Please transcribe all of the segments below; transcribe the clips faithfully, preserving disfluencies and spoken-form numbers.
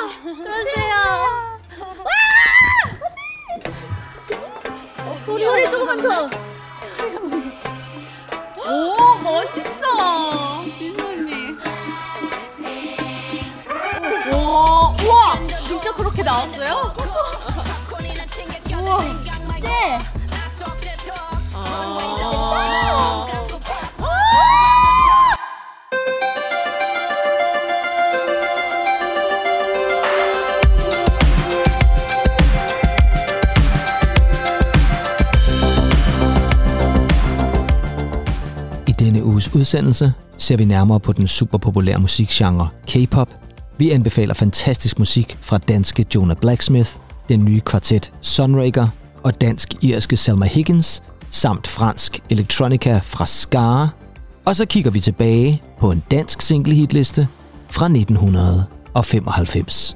들어주세요. 와! 소리 소리 조금만 더. 소리가 너무 좋다. 오 멋있어 지수 언니. 와 우와 진짜 그렇게 나왔어요? 우와 쎄. 아. I denne uges udsendelse ser vi nærmere på den superpopulære musikgenre K-pop. Vi anbefaler fantastisk musik fra danske Jonah Blacksmith, den nye kvartet Sunraker og dansk-irske Salma Higgins, samt fransk electronica fra Skara. Og så kigger vi tilbage på en dansk singlehitliste fra nitten femoghalvfems.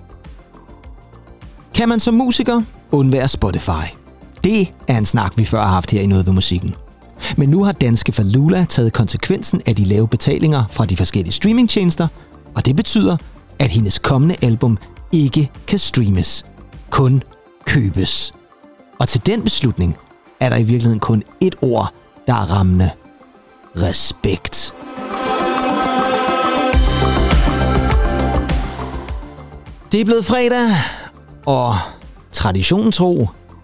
Kan man som musiker undvære Spotify? Det er en snak, vi før har haft her i Noget ved Musikken. Men nu har danske Falula taget konsekvensen af de lave betalinger fra de forskellige streamingtjenester, og det betyder, at hendes kommende album ikke kan streames, kun købes. Og til den beslutning er der i virkeligheden kun ét ord, der er rammende. Respekt. Det er blevet fredag, og traditionen tro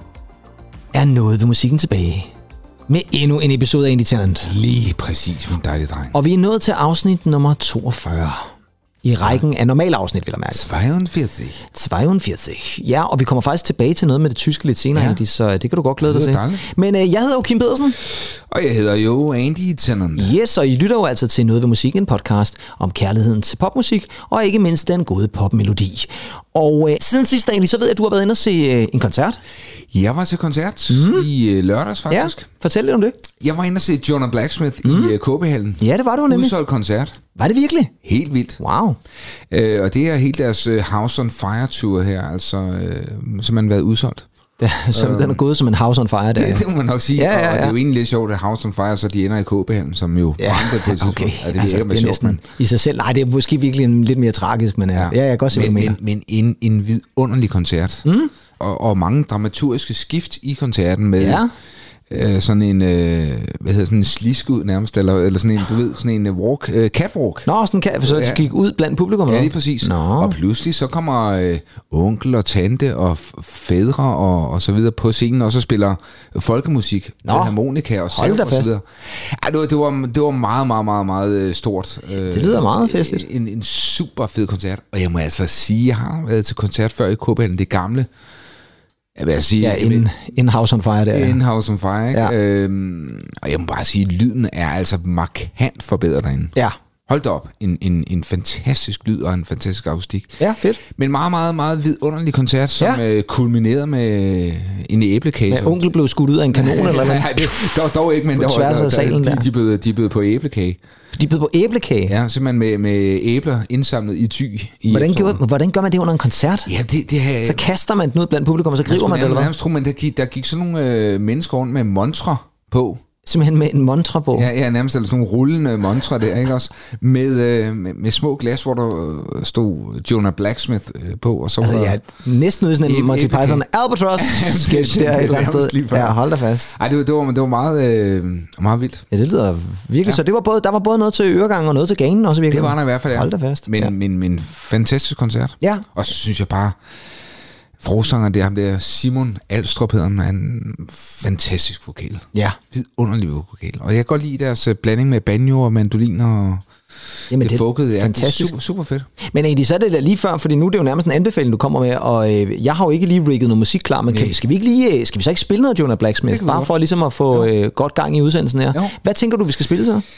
er Noget ved Musikken tilbage med endnu en episode af Indie Tenant. Lige præcis, min dejlige dreng. Og vi er nået til afsnit nummer toogfyrre. I rækken af normale afsnit, vil jeg mærke. toogfyrre. toogfyrre. Ja, og vi kommer faktisk tilbage til noget med det tyske lidt senere, ja. Andy, så det kan du godt glæde dig til. Dejligt. Men øh, jeg hedder jo Kim Pedersen. Og jeg hedder jo Andy Tennant. Yes, og I lytter jo altså til Noget ved Musikken, en podcast om kærligheden til popmusik, og ikke mindst den gode popmelodi. Og øh, siden sidste dag, så ved jeg, at du har været inde og se øh, en koncert. Jeg var til koncert mm. i øh, lørdags, faktisk. Ja, fortæl lidt om det. Jeg var inde og se Jonah Blacksmith mm. i øh, K B-hallen. Ja, det var du nemlig. Udsolgt koncert. Var det virkelig? Helt vildt. Wow. Øh, og det er helt deres øh, House on Fire tour her, altså øh, simpelthen været udsolgt. Ja, så øh, den er gået som en house on fire der. Det, det må man nok sige. Ja, ja, ja. Og det er jo egentlig lidt sjovt, at House on Fire, så de ender i K B-hallen, som jo ja, brændte på et tidspunkt. Okay. Ja, det, altså, det er sjovt, næsten men i sig selv. Nej, det er måske virkelig en, lidt mere tragisk, men ja, ja jeg kan godt se, men, hvad du mener. Men, men en, en vidunderlig koncert. Mm. Og, og mange dramaturgiske skift i koncerten med ja. øh, sådan en øh, hvad hedder sådan en sliskud nærmest, eller, eller sådan en, du ved, sådan en walk, øh, catwalk. Nå, sådan kan, så de gik ud blandt publikum. Ja, lige præcis. Nå. Og pludselig så kommer øh, onkel og tante og fædre og, og så videre på scenen, og så spiller folkemusik med harmonika og sav og så videre. Ja, det var, det var, det var meget, meget, meget, meget stort. Det lyder meget festligt. En, en super fed koncert, og jeg må altså sige, jeg har været til koncert før i K B-hallen, det gamle. Jeg vil sige, ja, in, in House on Fire der. In House on Fire, ikke? Ja. Øhm, og jeg må bare sige, at lyden er altså markant forbedret derinde. Ja. Hold da op. En, en, en fantastisk lyd og en fantastisk akustik. Ja, fedt. Men meget, meget, meget vidunderlig koncert, som ja. øh, kulminerede med en æblekage. Ja, onkel blev skudt ud af en kanon eller hvad? Nej, det dog, dog ikke, men på tværs af salen de, der. De blev, de blev på æblekage. De blev på æblekage? Ja, simpelthen med, med æbler indsamlet i ty. I hvordan, gjorde, hvordan gør man det under en koncert? Ja, det, det her, så kaster man den ud blandt publikum, og så griber man det, eller hvad? Jeg tror, man, der, gik, der gik sådan nogle øh, mennesker rundt med montre på. Simpelthen med en montre på? Ja, ja, nærmest sådan nogle rullende montre der, ikke også? Med, øh, med, med små glas, hvor der stod Jonah Blacksmith øh, på. Og så altså, var ja, næsten ud sådan en Monty Python Albatross-sketch der et eller andet sted. Ja, hold da fast. Ej, det var, det var, det var meget, øh, meget vildt. Ja, det lyder virkelig. Ja. Så det var både, der var både noget til øregangen og noget til ganen også virkelig. Det var der i hvert fald, ja. Hold da fast. Men, ja. men, men fantastisk koncert. Ja. Og så synes jeg bare, forsangeren der, ham der Simon Alstrup hedder han, er en fantastisk vokal. Ja. Vidunderlig vokal. Og jeg kan godt lide deres blanding med banjo og mandolin og jamen, det, det folket. Fantastisk. Ja, super, super fedt. Men egentlig så er det da lige før, fordi nu er det jo nærmest en anbefaling, du kommer med, og øh, jeg har jo ikke lige rigget noget musik klar, men kan, skal vi ikke lige, skal vi så ikke spille noget Jonah Blacksmith? Bare for ligesom at få øh, godt gang i udsendelsen her. Jo. Hvad tænker du, vi skal spille så?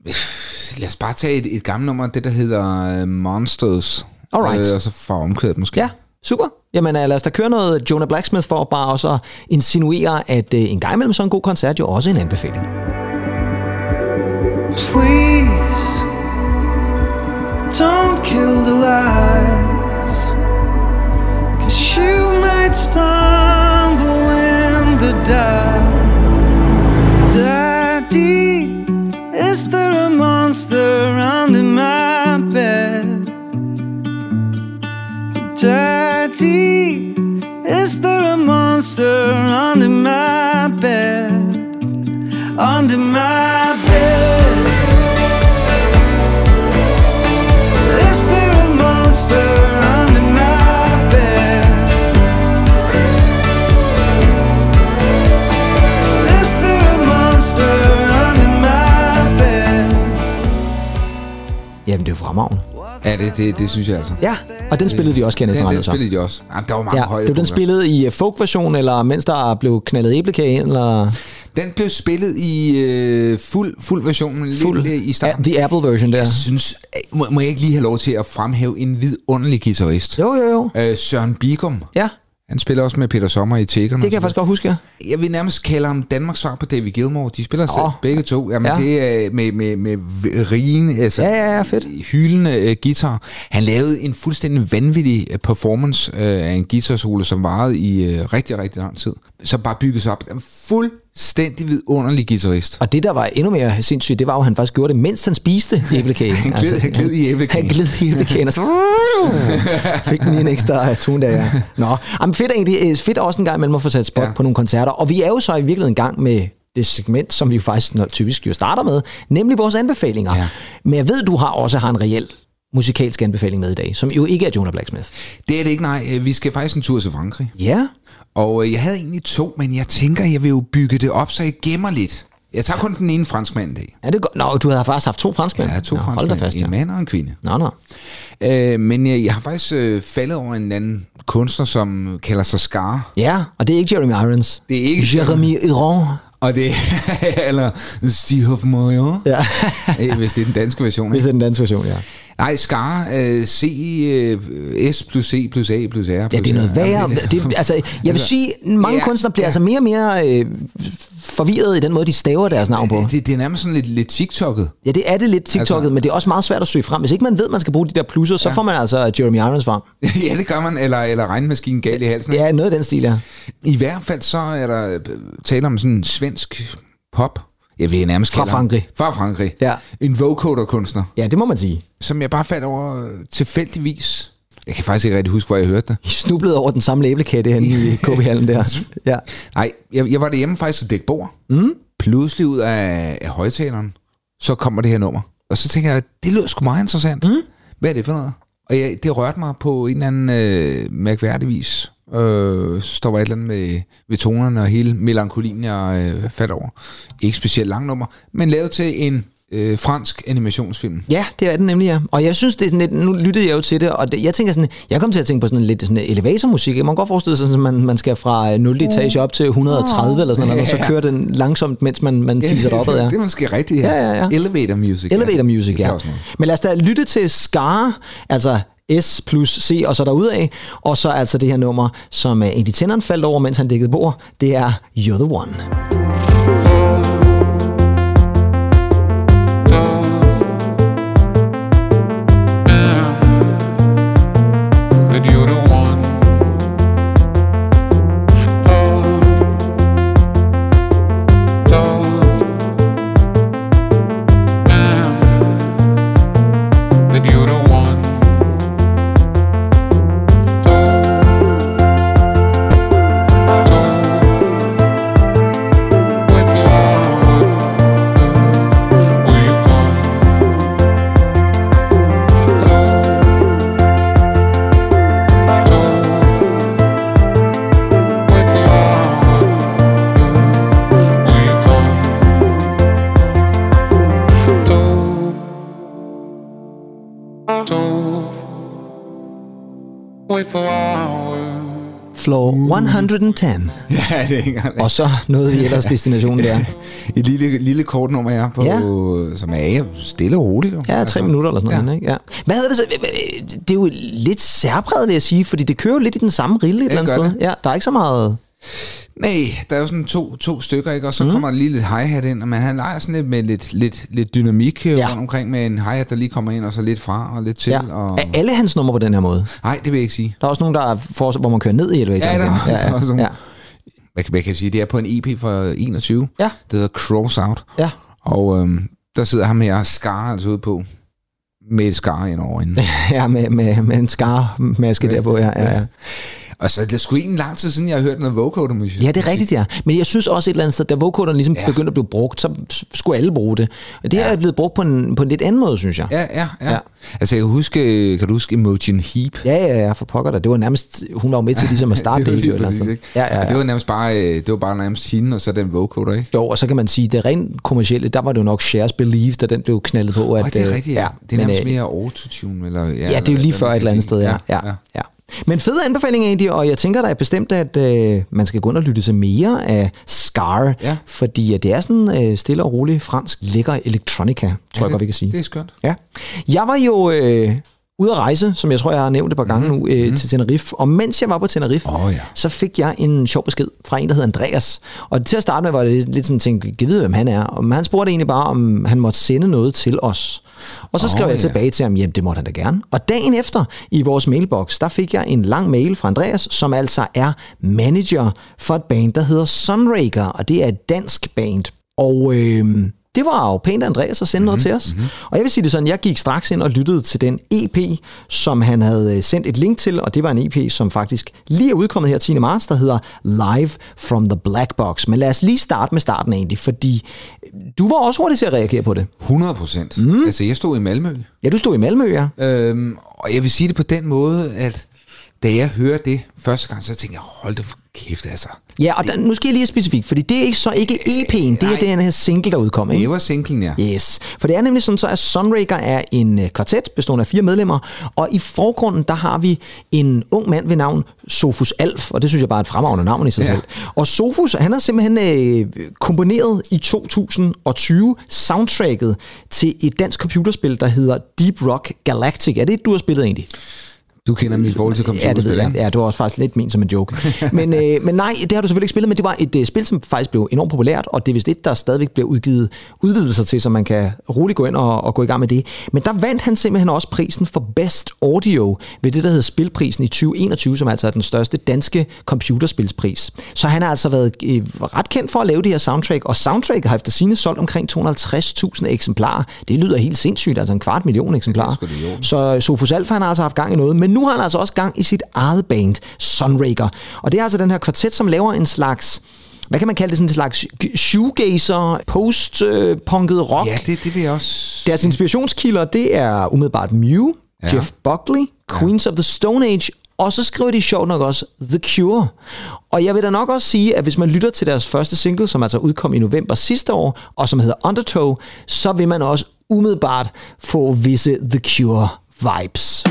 Lad os bare tage et, et gammelt nummer, det der hedder Monsters. Alright. Øh, og så få omkvædet måske. Ja, super. Jamen lad os da køre noget Jonah Blacksmith for bare også at insinuere, at øh, en gang imellem så en god koncert jo også en anbefaling. Please don't kill the lights, 'cause you might stumble in the dark. Daddy, is there a monster under my bed? Daddy, is there a monster under my bed? Under my bed? Is there a monster under my bed? Is there a monster under my bed? Jamen, det er jo fremragende. Ja, det, det, det synes jeg altså. Ja, og den spillede de også, kan jeg næsten Den, regne den ud så. spillede de også. Jamen, der var mange Ja, højde. det var den spillet i folk-version, eller mens der blev knaldet æblekage ind, eller... Den blev spillet i øh, fuld, fuld version Fuld, lidt i starten. ja, the Apple version der. Jeg synes, må, må jeg ikke lige have lov til at fremhæve en vidunderlig guitarist? Jo, jo, jo. Øh, Søren Bigum. Ja, Han spiller også med Peter Sommer i Tækkerne. det kan jeg faktisk godt huske, ja. Jeg vil nærmest kalde ham Danmarks svar på David Gilmour. De spiller selv, Åh. begge to. Jamen, Ja. det er med, med, med rigen, altså Ja, ja, ja, fedt. hyldende uh, guitar. Han lavede en fuldstændig vanvittig uh, performance uh, af en guitarsolo, som varede i uh, rigtig, rigtig lang tid. Så bare bygget sig op. En fuldstændig vidunderlig guitarist. Og det, der var endnu mere sindssygt, det var jo, at han faktisk gjorde det, mens han spiste æblekage. Han gled, han gled i æblekagen. Han gled i æblekagen, og så fik den lige en ekstra tone der, ja. Nå, jamen fedt egentlig. Fedt også en gang imellem at få sat spot Ja. på nogle koncerter. Og vi er jo så i virkeligheden i gang med det segment, som vi jo faktisk typisk jo starter med, nemlig vores anbefalinger. Ja. Men jeg ved, du har også har en reel musikalsk anbefaling med i dag, som jo ikke er Jonah Blacksmith. Det er det ikke, nej. Vi skal faktisk en tur til Frankrig. Ja, Og øh, jeg havde egentlig to, men jeg tænker, jeg vil jo bygge det op, så jeg gemmer lidt. Jeg tager kun den ene franskmand i dag. er det godt? Nå, du havde faktisk haft to franskmænd. Jeg har to Nå, hold da franskmænd, fast, ja. en mand og en kvinde. Nå, nå. Øh, men jeg, jeg har faktisk øh, faldet over en anden kunstner, som kalder sig Scar. Ja, og det er ikke Jeremy Irons. Det er ikke Jeremy Irons. Og det eller Steve Hofmeier, Ja, øh, hvis det er den danske version. hvis Ikke? det er den danske version, ja. Nej, Scar, øh, C, øh, S plus C plus A plus R. Ja, det er noget værre. Det, altså, jeg vil sige, mange Ja, kunstnere bliver ja. altså mere og mere øh, forvirret i den måde, de staver deres navn på. Det, det er nærmest sådan lidt, lidt TikTok'et. Ja, det er det lidt TikTok'et, Altså- men det er også meget svært at søge frem. Hvis ikke man ved, man skal bruge de der plusser, så Ja. får man altså Jeremy Irons frem. Ja, det gør man. Eller, eller regnmaskinen galt i halsen. Ikke? Ja, noget af den stil, ja. I hvert fald så er der øh, tale om sådan en svensk pop. Jeg vil nærmest Fra kalde ham- Frankrig. Fra Frankrig. Ja. En vocoder-kunstner, Ja, det må man sige. som jeg bare faldt over tilfældigvis. Jeg kan faktisk ikke rigtig huske, hvor jeg hørte det. I snublede over den samme æblekatte herinde i K B-hallen der. Ja. Nej, jeg, jeg var derhjemme faktisk og dække bord. Mm. Pludselig ud af, af højtaleren, så kommer det her nummer. Og så tænker jeg, det lyder sgu meget interessant. Mm. Hvad er det for noget? Og jeg, det rørte mig på en eller anden øh, mærkværdig vis. Øh, så der var et eller andet med, ved tonerne og hele melankolien, jeg øh, faldt over. Ikke specielt lang nummer, men lavet til en øh, fransk animationsfilm. Ja, det er den nemlig, ja. Og jeg synes, det er sådan lidt, nu lyttede jeg jo til det, og det, jeg tænker sådan, jeg kom til at tænke på sådan lidt sådan elevatormusik. Man kan godt forestille sig, at man, man skal fra nul etage op til et hundrede og tredive eller sådan noget, og så kører den langsomt, mens man, man fiser det opad, ja. Det er måske rigtigt, ja. Ja, ja, ja. Elevator music. Elevator music, Det kan ja. også noget. Men lad os da lytte til Scar, altså S plus C og så derudaf, og så altså det her nummer, som Andy Tennant faldt over, mens han dækkede bord, det er You're the One. That you're the one. Love, love, man. That you're the one. Love, love, with love. Will you come? Love. With love, will you come? Dove, dove, with flowers. Floor et hundrede og ti. Ja, det er ikke engang. Og så nåede vi ellers destinationen der. Et lille, lille kort nummer her, på, Ja. som er stille og roligt. Jo. Ja, tre minutter eller sådan noget. Ja. Ikke? Ja. Hvad hedder det så? Det er jo lidt særpræget, vil jeg sige, fordi det kører jo lidt i den samme rille et eller andet gør sted. Ja, der er ikke så meget... Nej, der er jo sådan to, to stykker, ikke? Og så mm. kommer der lige lidt hi-hat ind, og man han leger sådan lidt med lidt, lidt, lidt dynamik ja. rundt omkring med en hi-hat, der lige kommer ind, og så lidt fra og lidt til. Ja. Og... Er alle hans numre på den her måde? Nej, det vil jeg ikke sige. Der er også nogen, der er for, hvor man kører ned i elevatoren. Ja, der er igen. også, også nogle... ja. Hvad, hvad kan jeg sige? Det er på en E P fra enogtyve. Ja. Det hedder Cross Out. Ja. Og øhm, der sidder ham her Scar altså ude på Med et skar ind over hende. Ja, med, med, med en skarmaske der på, ja, ja, ja. Og så det er sgu ikke en lang tid siden, jeg har hørt noget vocoder-musik. Ja, det er rigtigt, ja. Men jeg synes også et eller andet sted, da vocoderen ligesom ja. begyndte at blive brugt, så skulle alle bruge det. Og det ja. er blevet brugt på en, på en lidt anden måde, synes jeg. Ja, ja, ja. ja. Altså, jeg kan huske, kan du huske Imogen Heap? Ja, ja, ja, for pokker der. Det var nærmest, hun var jo med til ligesom at starte det, det hele. Præcis, ikke? Ja, ja, ja. Det var nærmest bare, det var bare nærmest hende, og så den vocoder, ikke? Jo, og så kan man sige, det rent kommercielle, der var det jo nok Cher's Believe, da den blev knaldet på. At, oh, det er rigtigt, ja. ja. Det er nærmest men, mere autotune, eller... Ja, ja, det er jo lige før et eller andet sted, ja. ja, ja. ja. Men fed anbefaling egentlig, og jeg tænker da er bestemt, at øh, man skal gå ind og lytte til mere af Scar, ja. fordi det er sådan øh, stille og rolig fransk lækker elektronika, tror ja, jeg godt, vi kan sige. Det er skønt. Ja. Jeg var jo øh, ude at rejse, som jeg tror, jeg har nævnt et par gange mm-hmm. nu, øh, mm-hmm. til Tenerife, og mens jeg var på Tenerife, oh, ja. så fik jeg en sjov besked fra en, der hedder Andreas, og til at starte med var det lidt sådan, tænkte, jeg ved, hvem han er, og han spurgte egentlig bare, om han måtte sende noget til os. Og så skrev oh, jeg ja. tilbage til ham, jamen det måtte han da gerne. Og dagen efter i vores mailbox, der fik jeg en lang mail fra Andreas, som altså er manager for et band, der hedder Sunraker, og det er et dansk band. Og øh, det var jo pænt af Andreas at sende mm-hmm, noget til os. Mm-hmm. Og jeg vil sige det sådan, jeg gik straks ind og lyttede til den E P, som han havde sendt et link til, og det var en E P, som faktisk lige er udkommet her tiende marts, der hedder Live from the Black Box. Men lad os lige starte med starten egentlig, fordi du var også hurtig til at reagere på det. hundrede procent. Mm. Altså, jeg stod i Malmø. Ja, du stod i Malmø, ja. Øhm, og jeg vil sige det på den måde, at da jeg hørte det første gang, så tænkte jeg, hold da for kæft, altså. Ja, og der, nu skal jeg lige være specifik, fordi det er ikke så ikke E P'en, det er den her single, der udkom, ikke? Det var singlen, ja. Yes, for det er nemlig sådan, så at Sunraker er en kvartet bestående af fire medlemmer, og i forgrunden, der har vi en ung mand ved navn Sofus Alf, og det synes jeg bare er et fremragende navn i sig ja. selv. Og Sofus, han har simpelthen øh, komponeret i to tusind og tyve soundtracket til et dansk computerspil, der hedder Deep Rock Galactic. Er det et, du har spillet egentlig? Du kender mit forhold til computerspil. Ja, det ved jeg. Ja, det var også faktisk lidt ment som en joke. Men, øh, men nej, det har du selvfølgelig ikke spillet, men det var et øh, spil, som faktisk blev enormt populært, og det er vist et, der stadigvæk bliver udgivet udvidelser til, så man kan roligt gå ind og, og gå i gang med det. Men der vandt han simpelthen også prisen for Best Audio ved det, der hedder Spilprisen i tyve enogtyve, som altså er den største danske computerspilspris. Så han har altså været øh, ret kendt for at lave det her soundtrack, og soundtrack har efter sine solgt omkring to hundrede og halvtreds tusind eksemplarer. Det lyder helt sindssygt, altså en kvart million eksemplarer. Ja, så Sofus Alf, han har altså haft gang i noget, men nu har han altså også gang i sit eget band, Sunraker. Og det er altså den her kvartet, som laver en slags, hvad kan man kalde det, sådan en slags shoegazer, post-punket rock. Ja, det, det vil jeg også. Deres inspirationskilder, det er umiddelbart Mew, ja. Jeff Buckley, Queens ja. of the Stone Age, og så skriver de sjovt nok også The Cure. Og jeg vil da nok også sige, at hvis man lytter til deres første single, som altså udkom i november sidste år, og som hedder Undertow, så vil man også umiddelbart få visse The Cure vibes.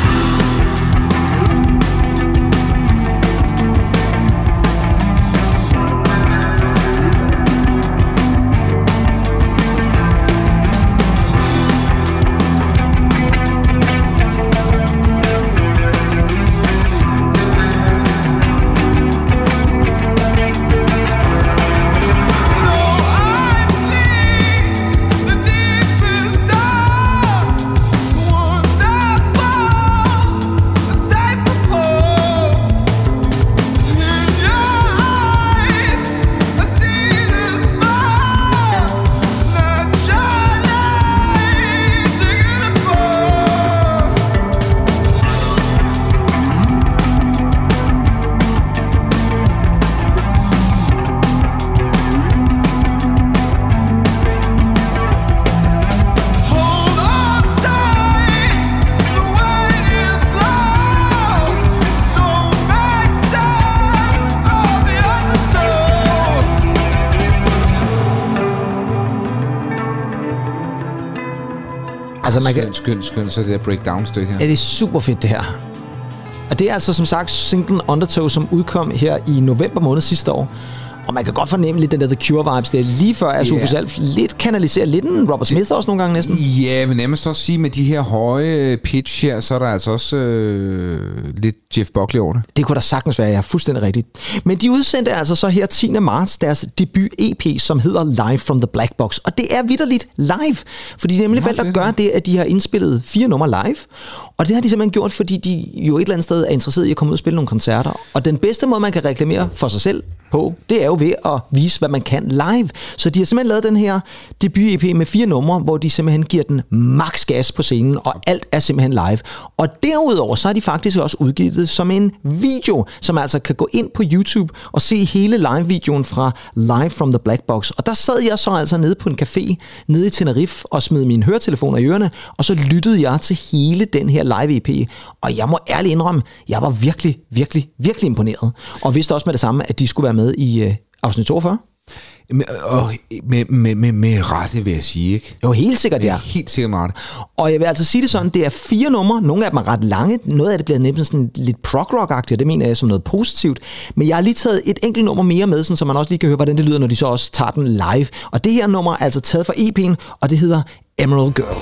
Altså, man kan... Skøn, skøn, så det der breakdown-stykke her. Ja, det er super fedt, det her. Og det er altså som sagt singlen Undertow, som udkom her i november måned sidste år. Og man kan godt fornemme lidt den der The Cure-vibes. Det er lige før, at Sofus Alf lidt kanaliserer lidt en Robert Smith også nogle gange næsten. Ja, men nærmest også sige, med de her høje pitch her, så er der altså også øh, lidt Jeff Buckley over det. Det kunne da sagtens være, ja, fuldstændig rigtigt. Men de udsendte altså så her tiende marts deres debut-E P, som hedder Live from the Black Box. Og det er vitterligt live, fordi de nemlig valgt at gøre det, at de har indspillet fire numre live. Og det har de simpelthen gjort, fordi de jo et eller andet sted er interesseret i at komme ud og spille nogle koncerter. Og den bedste måde, man kan reklamere for sig selv på, det er jo ved at vise, hvad man kan live. Så de har simpelthen lavet den her debut-E P med fire numre, hvor de simpelthen giver den max gas på scenen, og alt er simpelthen live. Og derudover, så har de faktisk også udgivet det som en video, som altså kan gå ind på YouTube og se hele live-videoen fra Live from the Black Box. Og der sad jeg så altså nede på en café nede i Tenerife og smed mine høretelefoner i ørerne, og så lyttede jeg til hele den her live-E P. Og jeg må ærligt indrømme, jeg var virkelig, virkelig, virkelig imponeret. Og vidste også med det samme, at de skulle være med i øh, afsnit toogfyrre. Med, og med, med, med, med rette, vil jeg sige, ikke? Jo, helt sikkert, ja. Helt sikkert med rette. Og jeg vil altså sige det sådan, det er fire numre, nogle af dem er ret lange, noget af det bliver nemlig sådan lidt prog-rock-agtigt, og det mener jeg som noget positivt. Men jeg har lige taget et enkelt nummer mere med, sådan, så man også lige kan høre, hvordan det lyder, når de så også tager den live. Og det her nummer er altså taget fra E P'en, og det hedder Emerald Girl.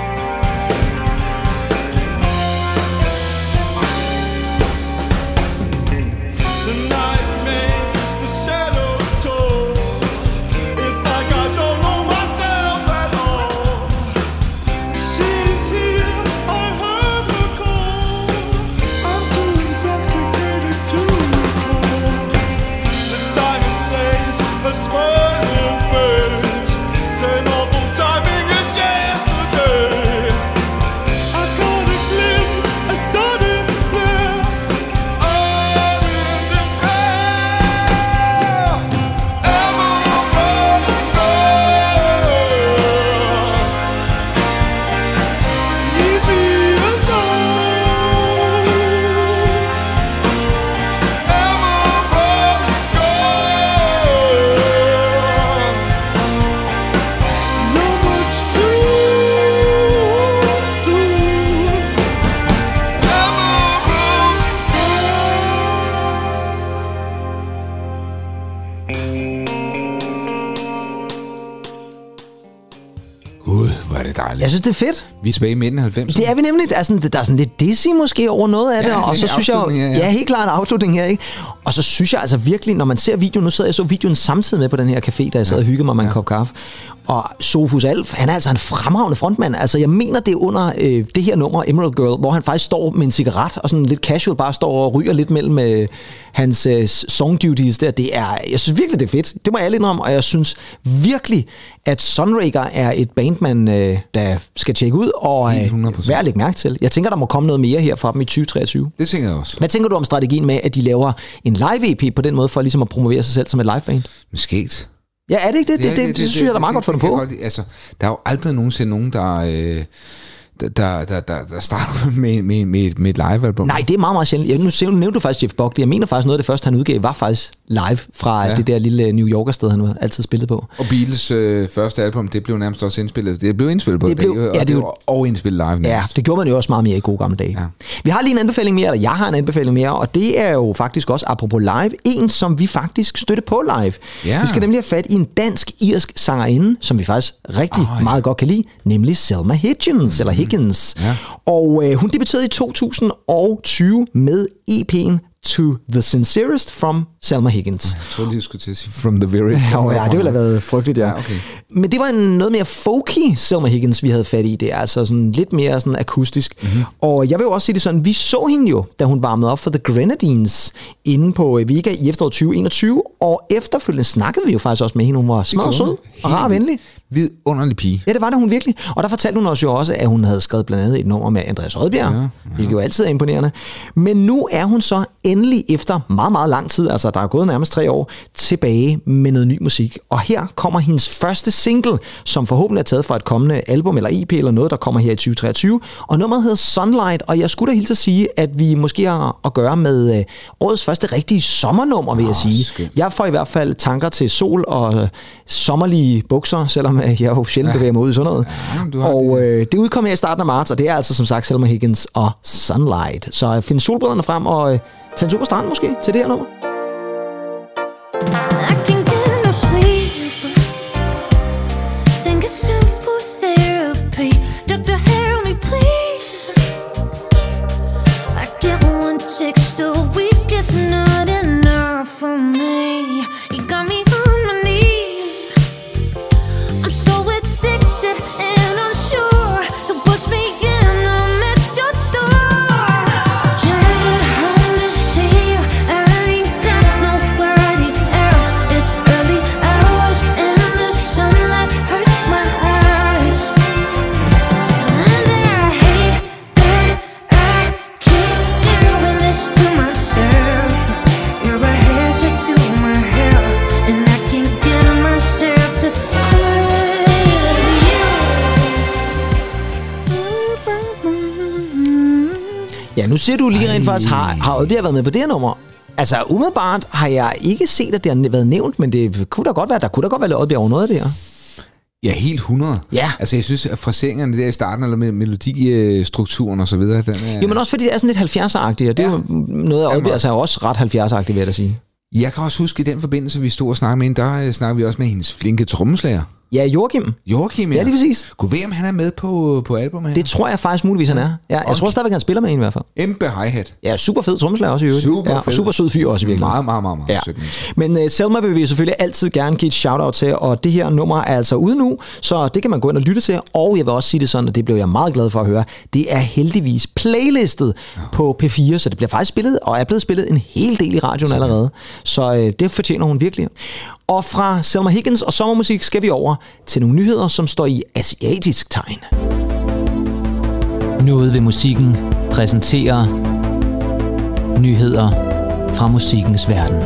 Jeg synes, det er fedt. Vi er tilbage i midten af halvfemserne. Det er vi nemlig. Der er sådan, der er sådan lidt dizzy måske over noget af det. Ja, og så synes jeg, her, ja. ja, helt klart en afslutning her, ikke? Og så synes jeg altså virkelig, når man ser videoen, nu sidder jeg så videoen samtidig med på den her café, der jeg sad ja. og hyggede mig med ja. en kop kaffe. Og Sofus Alf, han er altså en fremragende frontmand. Altså, jeg mener, det er under øh, det her nummer, Emerald Girl, hvor han faktisk står med en cigaret og sådan lidt casual bare står og ryger lidt mellem øh, hans øh, song duties der. Det er, jeg synes virkelig, det er fedt. Det må jeg ærligt om, og jeg synes virkelig, at Sunraker er et band, man øh, der skal tjekke ud og øh, værd at lægge mærke til. Jeg tænker, der må komme noget mere her fra dem i tyve treogtyve. Det tænker jeg også. Hvad tænker du om strategien med, at de laver en live-E P på den måde, for ligesom at promovere sig selv som et liveband? Skægt. Ja, er det ikke det? Det, det, det, det, det synes jeg, der er meget godt fundet på. Godt, altså, der er jo aldrig nogensinde nogen, der... Øh Der, der, der, der starter med, med, med, med et live-album. Nej, det er meget, meget sjældent. Nu nævnte du faktisk Jeff Buckley. Jeg mener faktisk, noget af det første, han udgav, var faktisk live fra ja. det der lille New Yorker-sted, han altid spillet på. Og Beatles øh, første album, det blev nærmest også indspillet. Det blev indspillet på det blev, dag, og, ja, det var, og indspillet live nærmest. Ja, det gjorde man jo også meget mere i gode gamle dage. Ja. Vi har lige en anbefaling mere, eller jeg har en anbefaling mere, og det er jo faktisk også, apropos live, en, som vi faktisk støtte på live. Ja. Vi skal nemlig have fat i en dansk-irsk sangerinde, som vi faktisk rigtig oh, ja. meget godt kan lide, nemlig Selma Higgins, mm. eller Higgins. Ja. Og øh, hun debuterede i to tusind og tyve med E P'en To the Sincerest from Selma Higgins. Jeg troede lige, du skulle til at sige From the Very... Ja, ja, det ville have været frygteligt, ja. ja okay. Men det var en noget mere folky Selma Higgins, vi havde fat i. Det er altså sådan lidt mere sådan akustisk. Mm-hmm. Og jeg vil jo også sige det sådan, vi så hende jo, da hun varmede op for The Grenadines inde på Vega i efteråret tyve enogtyve. Og efterfølgende snakkede vi jo faktisk også med hende. Hun var smadret sød og rar og venlig. Vidunderlig pige. Ja, det var det hun virkelig. Og der fortalte hun også jo også, at hun havde skrevet blandt andet et nummer med Andreas Odbjerg, ja, ja. hvilket jo altid er imponerende. Men nu er hun så endelig efter meget, meget lang tid, altså der er gået nærmest tre år, tilbage med noget ny musik. Og her kommer hendes første single, som forhåbentlig er taget fra et kommende album eller E P eller noget, der kommer her i tyve treogtyve. Og nummeret hedder Sunlight, og jeg skulle da hilse at sige, at vi måske har at gøre med øh, årets første rigtige sommernummer, vil jeg sige. Skønt. Jeg får i hvert fald tanker til sol og øh, sommerlige bukser, selvom øh, jeg jo sjældent bevæger mig ud i sådan noget. Ja, og øh, det udkom her i starten af marts, og det er altså som sagt Selma Higgins og Sunlight. Så øh, find solbrillerne frem og øh, tag en tur på stranden måske til det her nummer. I can get no sleep. Think it's time for therapy. Doctor, help me, please. I get one Politics the week is not enough for me. You got me on my knees. I'm so addicted and unsure. So push me in, I'm at your door. Driving home to see you. I ain't got nobody else. It's early hours and the sunlight hurts my eyes. And I hate that I keep doing this to myself. You're a hazard to my health, and I can't get myself to quit you. Ja, nu siger du lige rent faktisk, har, har Oddbjerg været med på det her nummer? Altså, umiddelbart har jeg ikke set, at det har været nævnt, men det kunne da godt være, der kunne da godt være lidt Oddbjerg over noget af det her. Ja, helt hundrede. Ja. Altså, jeg synes, at fraseringerne der i starten, eller med melodistrukturen og så videre, den er... Jo, men også fordi det er sådan lidt halvfjerds-agtigt, og det er Ja. jo noget af Oddbjerg, er jo også ret halvfjerds-agtigt, vil jeg da sige. Jeg kan også huske, i den forbindelse, vi stod og snakkede med hende, der øh, snakkede vi også med hendes flinke trommeslager. Ja, Joachim. Joachim, ja. Ja, lige præcis. Kunne ved, om han er med på, på albumet her? Det tror jeg faktisk muligvis, han er. Ja, jeg Okay. tror stadigvæk, han spiller med en i hvert fald. Empe hi-hat. Ja, super fed trommeslager også i øvrigt. Super ja, og fed. super sød fyr også i virkeligheden. Meget, meget, meget, meget Ja. sødt menneske. Men uh, Selma vil vi selvfølgelig altid gerne give et shout-out til, og det her nummer er altså ude nu, så det kan man gå ind og lytte til, og jeg vil også sige det sådan, og det blev jeg meget glad for at høre, det er heldigvis playlistet ja. på P fire, så det bliver faktisk spillet, og er blevet spillet en hel del i radioen Sådan. allerede, så uh, det fortjener hun virkelig. Og fra Selma Higgins og sommermusik skal vi over til nogle nyheder, som står i asiatisk tegn. Noget ved musikken præsenterer nyheder fra musikkens verden.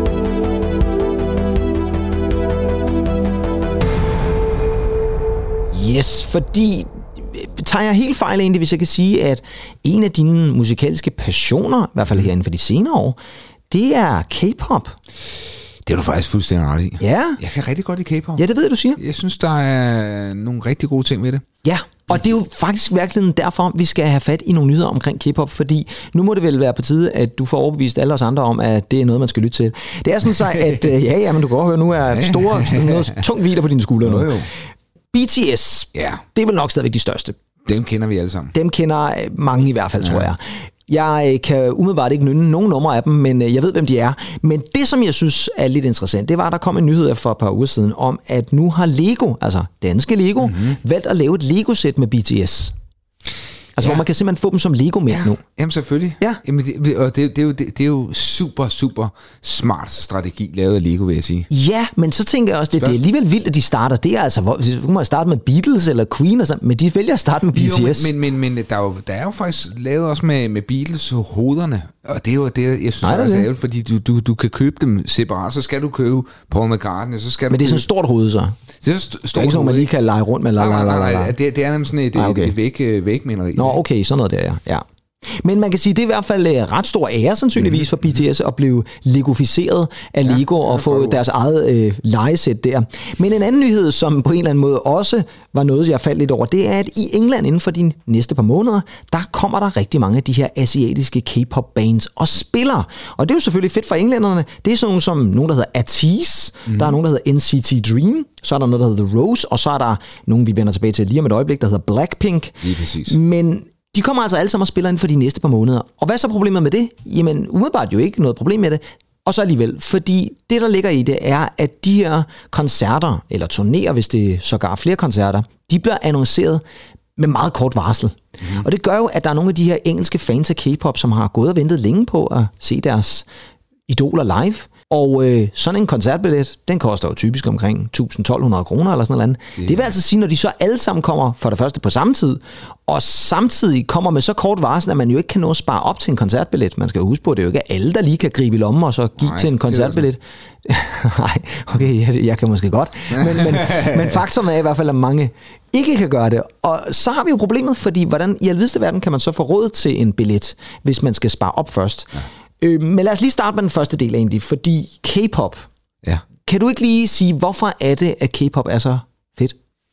Yes, fordi tager jeg helt fejl egentlig, hvis jeg kan sige, at en af dine musikalske passioner, i hvert fald herinde for de senere år, det er K-pop. Det er du faktisk fuldstændig ret i. Ja. Jeg kan rigtig godt lide K-pop. Ja, det ved jeg, du siger. Jeg synes, der er nogle rigtig gode ting ved det. Ja, og det er jo faktisk virkelig derfor, vi skal have fat i nogle nyheder omkring K-pop, fordi nu må det vel være på tide, at du får overbevist alle os andre om, at det er noget, man skal lytte til. Det er sådan så, at øh, ja, ja, men du kan godt høre, nu er store, noget tungt hviler på dine skuldre nu. Jo, jo. B T S, Ja, det er vel nok stadigvæk de største. dem kender vi alle sammen. Dem kender øh, mange i hvert fald, ja. tror jeg. Jeg øh, kan umiddelbart ikke nynne nogen numre af dem, men øh, jeg ved, hvem de er. Men det, som jeg synes er lidt interessant, det var, at der kom en nyhed for et par uger siden om, at nu har Lego, altså danske Lego, mm-hmm. valgt at lave et Lego-sæt med B T S. Altså, Ja. hvor man kan simpelthen få dem som Lego-mænd Ja, nu. jamen selvfølgelig. Ja. Jamen, det, og det, det, er jo, det, det er jo super, super smart strategi lavet af Lego, vil jeg sige. Ja, men så tænker jeg også, det, det er alligevel vildt, at de starter. Det er altså, hvor, så kunne man starte med Beatles eller Queen, og sådan, men de vælger at starte med B T S. Jo, men, men, men, men der, er jo, der er jo faktisk lavet også med, med Beatles hovederne, og det er jo det, jeg synes, Nej, Nej, det det er er ærgerligt, fordi du, du, du kan købe dem separat, så skal du købe Paul McCartney, så skal Men du det er sådan købe... et stort hoved, så. Det er jo st- Det er stort ikke sådan, man hoved, lige kan lege rundt med. La, la, Nej, la, nej, la, nej, la. det, det er nemlig sådan et, Ah, ah, okay. okay. et væg, øh, vægmaleri. Nå, okay, sådan noget der, ja. ja. Men man kan sige, det er i hvert fald uh, ret stor ære sandsynligvis for B T S at blive legoficeret af Ja, Lego det er og få godt. deres eget øh, legesæt der. Men en anden nyhed, som på en eller anden måde også var noget, jeg faldt lidt over, det er, at i England inden for de næste par måneder, der kommer der rigtig mange af de her asiatiske K-pop bands og spiller. Og det er jo selvfølgelig fedt for englænderne. Det er sådan nogle som nogen, der hedder ATEEZ, mm. der er nogen, der hedder N C T Dream, så er der noget, der hedder The Rose, og så er der nogen, vi vender tilbage til lige om et øjeblik, der hedder Blackpink. Lige præcis. Men de kommer altså alle sammen og spiller inden for de næste par måneder. Og hvad er så problemet med det? Jamen, umiddelbart jo ikke noget problem med det. Og så alligevel, fordi det, der ligger i det, er, at de her koncerter, eller turnéer, hvis det sågar flere koncerter, de bliver annonceret med meget kort varsel. Mm-hmm. Og det gør jo, at der er nogle af de her engelske fans af K-pop, som har gået og ventet længe på at se deres idoler live. Og øh, sådan en koncertbillet, den koster jo typisk omkring tusind til tolv hundrede kroner eller sådan noget andet. Yeah. Det vil altså sige, når de så alle sammen kommer for det første på samme tid, og samtidig kommer med så kort varsel, at man jo ikke kan nå at spare op til en koncertbillet. Man skal jo huske på, at det er jo ikke alle, der lige kan gribe i lommen og så give Nej, til en koncertbillet. Nej, okay, jeg, jeg kan måske godt. Men, men, men faktum er i hvert fald, at mange ikke kan gøre det. Og så har vi jo problemet, fordi hvordan i alvideste verden kan man så få råd til en billet, hvis man skal spare op først. Ja. Øh, men lad os lige starte med den første del egentlig, fordi K-pop. Ja. Kan du ikke lige sige, hvorfor er det, at K-pop er så fedt?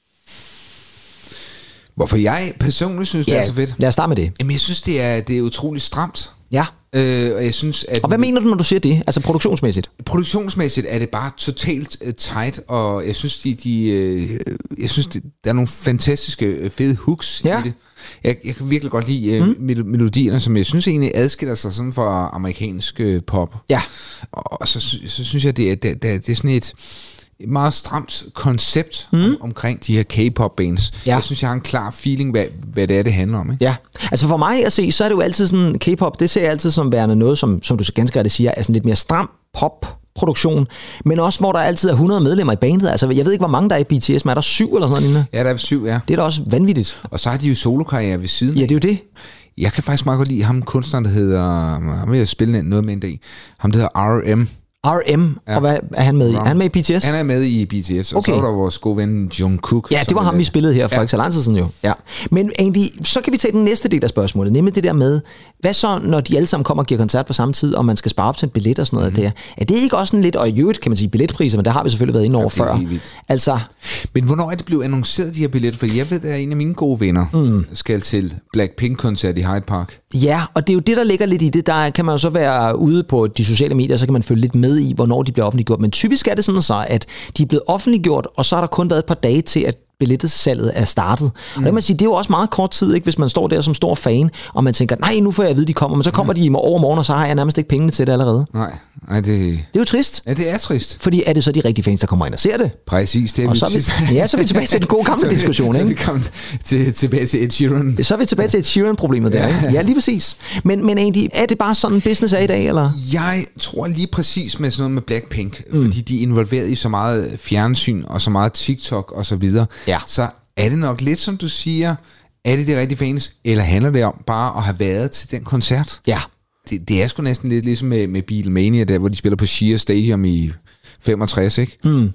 Hvorfor jeg personligt synes, det er så fedt? Lad os starte med det. Jamen, jeg synes, det er, det er utroligt stramt. Ja. Øh, og jeg synes, at... Og hvad mener du, når du siger det? Altså produktionsmæssigt? Produktionsmæssigt er det bare totalt uh, tight, og jeg synes, de, de, uh, jeg synes de, der er nogle fantastiske uh, fede hooks Ja. i det. Jeg, jeg kan virkelig godt lide mm. mel- melodierne, som jeg synes egentlig adskiller sig sådan fra amerikansk øh, pop. Ja. Og så, så synes jeg, det er, det, det er sådan et et meget stramt koncept mm. om, omkring de her K-pop-bands. Ja. Jeg synes, jeg har en klar feeling, hvad, hvad det er, det handler om. Ikke? Ja, altså for mig at se, så er det jo altid sådan, K-pop, det ser jeg altid som værende noget, som, som du så ganske rigtigt siger, er sådan lidt mere stram pop-produktion, men også hvor der altid er hundrede medlemmer i bandet. Altså, jeg ved ikke, hvor mange der er i B T S, men er der syv eller sådan noget lignende? Ja, der er syv, ja. Det er da også vanvittigt. Og så har de jo solokarriere ved siden. Ja, det er jo det. Jeg kan faktisk meget godt lide ham, kunstneren, der hedder, ham vil jeg spille noget med en dag, ham der hedder R M. R M, ja. Og hvad er han med i? Er han med i B T S? Han er med i B T S, og okay. så er der vores gode ven Jungkook. Ja, det var ham, vi spillede her for ja. ikke så lang tid siden jo. Ja. Men egentlig, så kan vi tage den næste del af spørgsmålet, nemlig det der med, hvad så, når de alle sammen kommer og giver koncert på samme tid, og man skal spare op til en billet og sådan noget mm. der. Er det ikke også sådan lidt, og i øvrigt kan man sige billetpriser, men der har vi selvfølgelig været inde over ja, før. Altså, men hvornår er det blevet annonceret, de her billetter? For jeg ved, at en af mine gode venner mm. skal til Blackpink-koncert i Hyde Park. Ja, og det er jo det, der ligger lidt i det. Der kan man jo så være ude på de sociale medier, så kan man følge lidt med i, hvornår de bliver offentliggjort. Men typisk er det sådan så, at de er blevet offentliggjort, og så har der kun været et par dage til, at billetsalget er startet. Mm. Og det, man sige, det er jo også meget kort tid, ikke, hvis man står der som stor fan, og man tænker, nej, nu får jeg at vide, de kommer, men så kommer de i overmorgen, og så har jeg nærmest ikke pengene til det allerede. Nej, nej det... Det er jo trist. Ja, det er trist. Fordi er det så de rigtige fans, der kommer ind og ser det? Præcis, det er og så er vi, ja, så er vi tilbage til den gode gamle diskussion, ikke? Så er vi kommet til, tilbage til Ed Sheeran. Så er vi tilbage til Ed Sheeran-problemet der, ikke? Ja, lige præcis. Men, men egentlig, er det bare sådan business er i dag, eller? Jeg tror lige præcis med sådan noget med Blackpink, mm. fordi de er involveret i så meget fjernsyn, og så meget TikTok og så videre. Ja. Så er det nok lidt, som du siger, er det det rigtige fans, eller handler det om bare at have været til den koncert? Ja. Det, det er sgu næsten lidt ligesom med, med Beatlemania, der hvor de spiller på Shea Stadium i femogtres, ikke? Mm.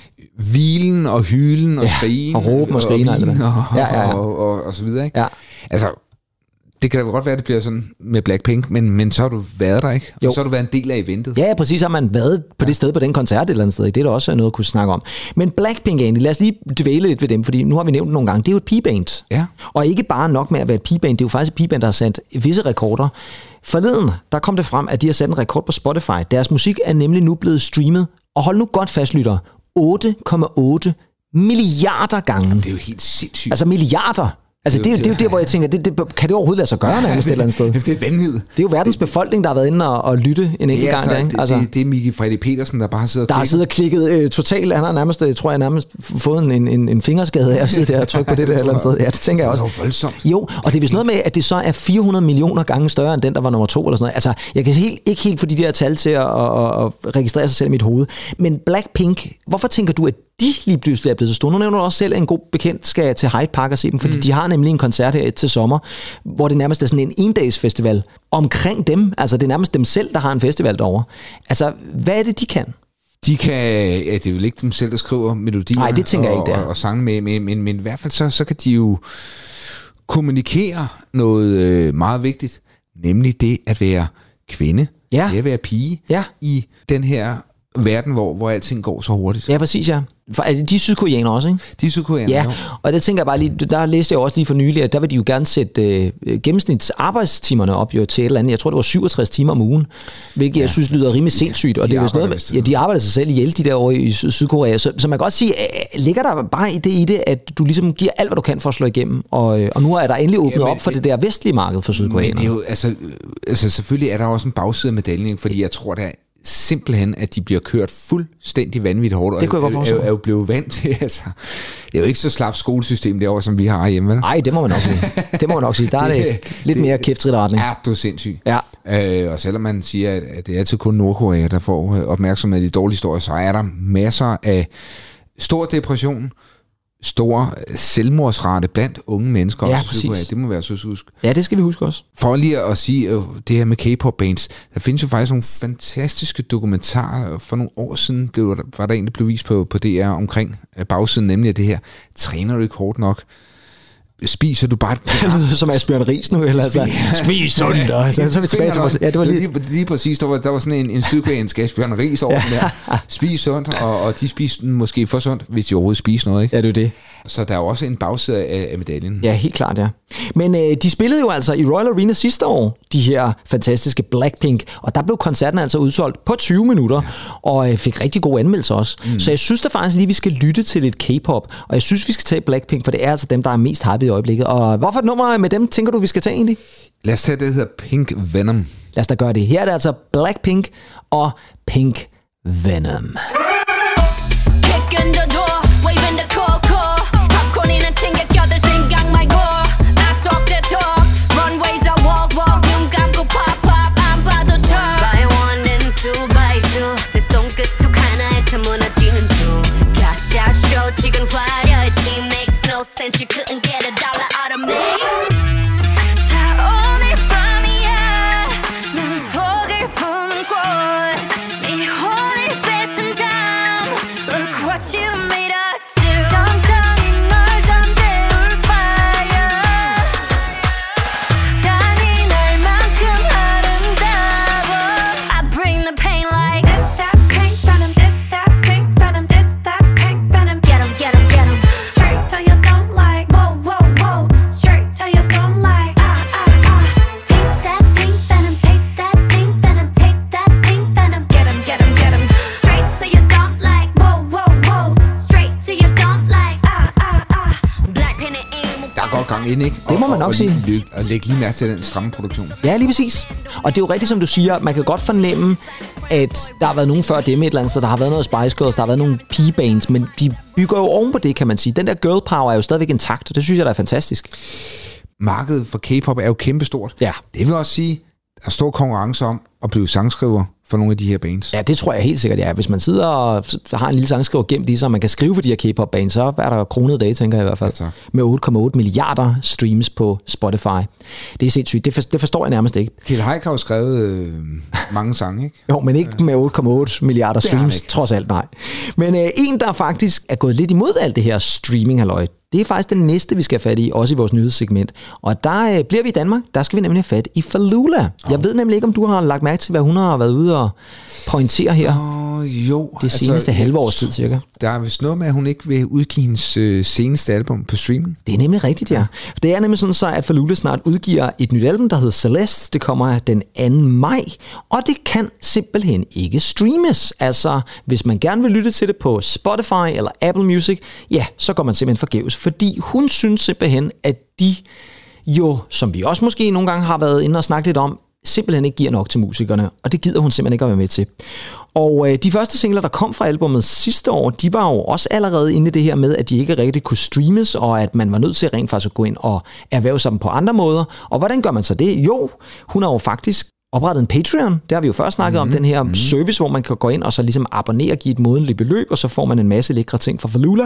Hvilen og hylen og ja, skrigen. Og råben og skrigen og alt det der. Og, ja, ja, ja. Og, og, og så videre, ikke? Ja. Altså, det kan da godt være, at det bliver sådan med Blackpink, men, men så har du været der, ikke? Og jo. Så har du været en del af eventet. Ja, præcis, har man været på ja. det sted, på den koncert et eller andet sted. Det er da også noget at kunne snakke om. Men Blackpink egentlig, lad os lige dvæle lidt ved dem, fordi nu har vi nævnt det nogle gange. Det er jo et pigeband. Ja. Og ikke bare nok med at være et pigeband, det er jo faktisk et pigeband, der har sat visse rekorder. Forleden, der kom det frem, at de har sat en rekord på Spotify. Deres musik er nemlig nu blevet streamet, og hold nu godt fast, lytter, otte komma otte milliarder gange. Jamen, det er jo helt sindssygt. Altså milliarder. Altså det, det, det, det er jo det, hvor jeg tænker, det, det, kan det overhovedet lade sig gøre nærmest et eller andet sted? Det er vanvittigt. Det er jo verdens befolkning, der har været inde og, og lytte en enkelt ja, gang. Der, ikke? Altså, det, det er Miki Freddy Petersen, der bare har siddet og der har siddet og klikket øh, totalt. Han har nærmest, tror jeg, nærmest fået en, en, en fingerskade af at sidde der og trykke på det der et eller andet sted. Ja, det tænker jeg også. Det er voldsomt. Jo, og det er vist noget med, at det så er fire hundrede millioner gange større end den, der var nummer to eller sådan noget. Altså, jeg kan helt, ikke helt få de der tal til at, at, at registrere sig selv i mit hoved. Men Blackpink, hvorfor tænker du, at de lige pludselig er blevet så store? Nu nævner du også selv, at en god bekendt skal til Hyde Park og se dem, fordi mm. de har nemlig en koncert her til sommer, hvor det nærmest er sådan en endagsfestival omkring dem. Altså, det er nærmest dem selv, der har en festival derovre. Altså, hvad er det, de kan? De kan, ja, det er jo ikke dem selv, der skriver melodier. Nej, det tænker og, jeg ikke, der. Og, og sange med, men, men, men i hvert fald så, så kan de jo kommunikere noget øh, meget vigtigt, nemlig det at være kvinde, ja. det at være pige ja. i den her verden, hvor, hvor alting går så hurtigt. Ja, præcis, ja. For, er de sydkoreanere også, ikke? De er sydkoreanere, ja. Jo. Og det tænker jeg bare lige, der læste jeg også lige for nylig, at der vil de jo gerne sætte øh, gennemsnitsarbejdstimmerne op jo til et eller andet. Jeg tror, det var syvogtres timer om ugen, hvilket ja. jeg synes lyder rimelig sindssygt. Og de det er noget med, ja, de arbejder sig selv ihjel, de der over i Sydkorea. Så, så man kan godt sige, øh, ligger der bare det i det, at du ligesom giver alt, hvad du kan for at slå igennem, og, øh, og nu er der endelig åbnet ja, men, op for det der vestlige marked for sydkoreanere. Men det er jo, altså, altså selvfølgelig er der også en bagside af medaljen, fordi jeg tror, der er simpelthen, at de bliver kørt fuldstændig vanvittigt hårdt. Det kunne jeg godt forstå. Er, er, er jo blevet vant til, altså. Det er jo ikke så slapt skolesystem derovre, som vi har hjemme, vel? Nej, det må man nok sige. Det må man nok sige. Der er det, det lidt det, mere kæftrit retning. Er du sindssyg? Ja. Øh, og selvom man siger, at det er altid kun Nordkorea, der får opmærksomhed i de dårlige historier, så er der masser af stor depression, stor selvmordsrate blandt unge mennesker. Ja, også, præcis. Det må være så husk. Ja, det skal vi huske også. For lige at sige uh, det her med K-pop bands, der findes jo faktisk nogle fantastiske dokumentarer. For nogle år siden blev, var der en, der blev vist på, på D R omkring bagsiden, nemlig af det her. Træner du ikke hårdt nok? Spiser du bare... Det lyder som Asbjørn Ries nu, eller altså. Spis sundt, og så, så er vi tilbage til vores... Ja, det var lige... Lige, lige præcis, der var, der var sådan en, en sydkoreansk Asbjørn Ries over den der. Spis sundt, og, og de spiser måske for sundt, hvis de overhovedet spiser noget, ikke? Ja, det er det. Så der er også en bagside af, af medaljen. Ja, helt klart, ja. Men øh, de spillede jo altså i Royal Arena sidste år, de her fantastiske Blackpink, og der blev koncerten altså udsolgt på tyve minutter, og øh, fik rigtig gode anmeldelser også. Mm. Så jeg synes da faktisk lige, vi skal lytte til lidt K-pop, og jeg synes, vi skal tage Blackpink, for det er altså dem, der er mest hyped i øjeblikket. Og hvorfor et nummer med dem, tænker du, vi skal tage egentlig? Lad os tage det, der hedder Pink Venom. Lad os da gøre det. Her er det altså Blackpink og Pink Venom. Kick in the door, waving the coco. popcorn이나 챙겨 껴들 생각 말고. I talk that talk, runways I walk walk. 눈 감고 pop pop 안 봐도 쳐. Buy one and two buy two. 내 손끝 툭 하나에 다 무너지는 중. 가짜 show 지금 화려해. It makes no sense. You couldn't get a dollar out of me. 자 오늘 밤이야. 난 톡을 품은 꽃. 네 혼을 뺏은 다음. Look what you made us do. 천천히 널 잠재울 fire. 잔인할만큼 아름다워. I bring the pain like this that pink venom, this that pink venom, this that pink venom. Get 'em, get 'em, get 'em. Straight till you don't like. Whoa, whoa, whoa. Straight till you don't like. Ah, ah, ah. Taste that pink venom, taste that pink venom, taste that pink venom. Get 'em, get 'em, get 'em. Straight till you don't like. Whoa, whoa, whoa. Straight till you don't like. Ah, ah, ah. Black pen and aim. Der er godt gang ind, ikke? Det må man Og- nok og, sige. Og, læg- og læg lige mærke til den stramme produktion. Ja, lige præcis. Og det er jo rigtigt, som du siger, man kan godt fornemme, at der har været nogen før dem et eller andet sted, der har været noget Spice Girls, der har været nogle pigebands, men de bygger jo oven på det, kan man sige. Den der girl power er jo stadigvæk intakt, og det synes jeg, der er fantastisk. Markedet for K-pop er jo kæmpestort. Ja. Det vil også sige, der er stor konkurrence om at blive sangskriver for nogle af de her bands. Ja, det tror jeg helt sikkert, ja. Hvis man sidder og har en lille sangskriver gemt i sig, og man kan skrive for de her K-pop-bands, så er der kronede dage, tænker jeg i hvert fald. Ja, tak. Med otte komma otte milliarder streams på Spotify. Det er sindssygt. Det, for, det forstår jeg nærmest ikke. Kjeld Haik har jo skrevet øh, mange sange, ikke? Jo, men ikke med otte komma otte milliarder Det har han streams, ikke. trods alt, nej. Men øh, en, der faktisk er gået lidt imod alt det her streaming-halløj, det er faktisk den næste, vi skal have fat i, også i vores nyhedssegment. Og der øh, bliver vi i Danmark, der skal vi nemlig have fat i Falula. Oh. Jeg ved nemlig ikke, om du har lagt mærke til, hvad hun har været ude og pointere her. Åh, jo. Det seneste halve års tid, cirka. Der er vist noget med, at hun ikke vil udgive hendes øh, seneste album på streaming. Det er nemlig rigtigt, ja. Det er nemlig sådan så, at Falula snart udgiver et nyt album, der hedder Celeste. Det kommer den anden maj, og det kan simpelthen ikke streames. Altså, hvis man gerne vil lytte til det på Spotify eller Apple Music, ja, så går man simpelthen forgæves, fordi hun synes simpelthen, at de jo, som vi også måske nogle gange har været inde og snakket lidt om, simpelthen ikke giver nok til musikerne, og det gider hun simpelthen ikke at være med til. Og øh, de første singler, der kom fra albumet sidste år, de var jo også allerede inde i det her med, at de ikke rigtig kunne streames, og at man var nødt til rent faktisk at gå ind og erhverve sig dem på andre måder. Og hvordan gør man så det? Jo, hun har jo faktisk oprettet en Patreon. Det har vi jo først snakket mm-hmm. om, den her mm-hmm. service, hvor man kan gå ind og så ligesom abonnere og give et månedligt beløb, og så får man en masse lækre ting fra Falula.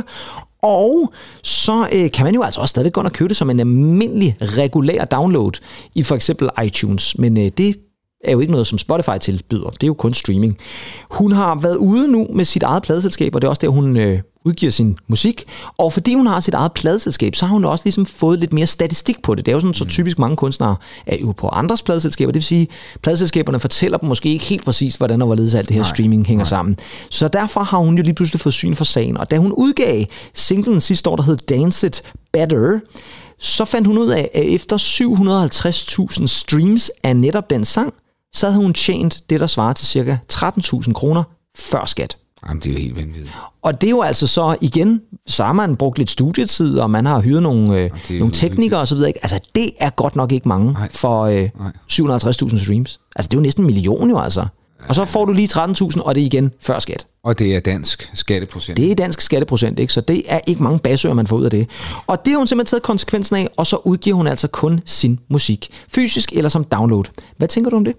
Og så øh, kan man jo altså også stadig gå ind og købe det som en almindelig regulær download i for eksempel iTunes. Men øh, det er jo ikke noget, som Spotify tilbyder. Det er jo kun streaming. Hun har været ude nu med sit eget pladeselskab, og det er også der, hun øh, udgiver sin musik. Og fordi hun har sit eget pladeselskab, så har hun også ligesom fået lidt mere statistik på det. Det er jo sådan, så typisk mange kunstnere er jo på andres pladeselskaber. Det vil sige, pladeselskaberne fortæller dem måske ikke helt præcis, hvordan og hvorledes alt det her Nej, streaming hænger nej. sammen. Så derfor har hun jo lige pludselig fået syn for sagen. Og da hun udgav singlen sidste år, der hed Dance It Better, så fandt hun ud af, at efter syv hundrede og halvtreds tusind streams af netop den sang, så havde hun tjent det, der svarer til cirka tretten tusind kroner før skat. Jamen, det er jo helt vanvittigt. Og det er jo altså så igen, så har man brugt lidt studietid, og man har hyret nogle, øh, jo nogle teknikere osv. Altså det er godt nok ikke mange Nej. for øh, syv hundrede og halvtreds tusind streams. Altså det er jo næsten en million jo altså. Og så får du lige tretten tusind, og det er igen før skat. Og det er dansk skatteprocent. Det er dansk skatteprocent, ikke? Så det er ikke mange basører, man får ud af det. Og det har hun simpelthen taget konsekvensen af, og så udgiver hun altså kun sin musik. Fysisk eller som download. Hvad tænker du om det?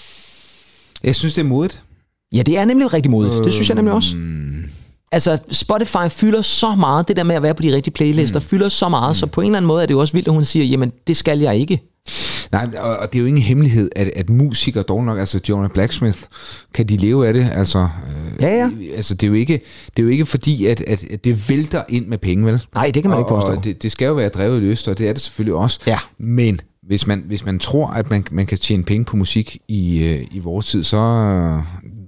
Jeg synes, det er modigt. Ja, det er nemlig rigtig modigt. Det synes jeg nemlig også. Altså, Spotify fylder så meget, det der med at være på de rigtige playlister, mm. fylder så meget, mm. så på en eller anden måde er det jo også vildt, at hun siger, jamen, det skal jeg ikke. Nej, og og det er jo ingen hemmelighed, at, at musikere dog nok, altså Jonah Blacksmith, kan de leve af det? Altså, øh, Ja, ja. altså det er jo ikke, det er jo ikke fordi, at, at, at det vælter ind med penge, vel? Nej, det kan man og, ikke påstå. Og det, det skal jo være drevet lyst, og det er det selvfølgelig også. Ja. Men hvis man, hvis man tror, at man, man kan tjene penge på musik i, øh, i vores tid, så,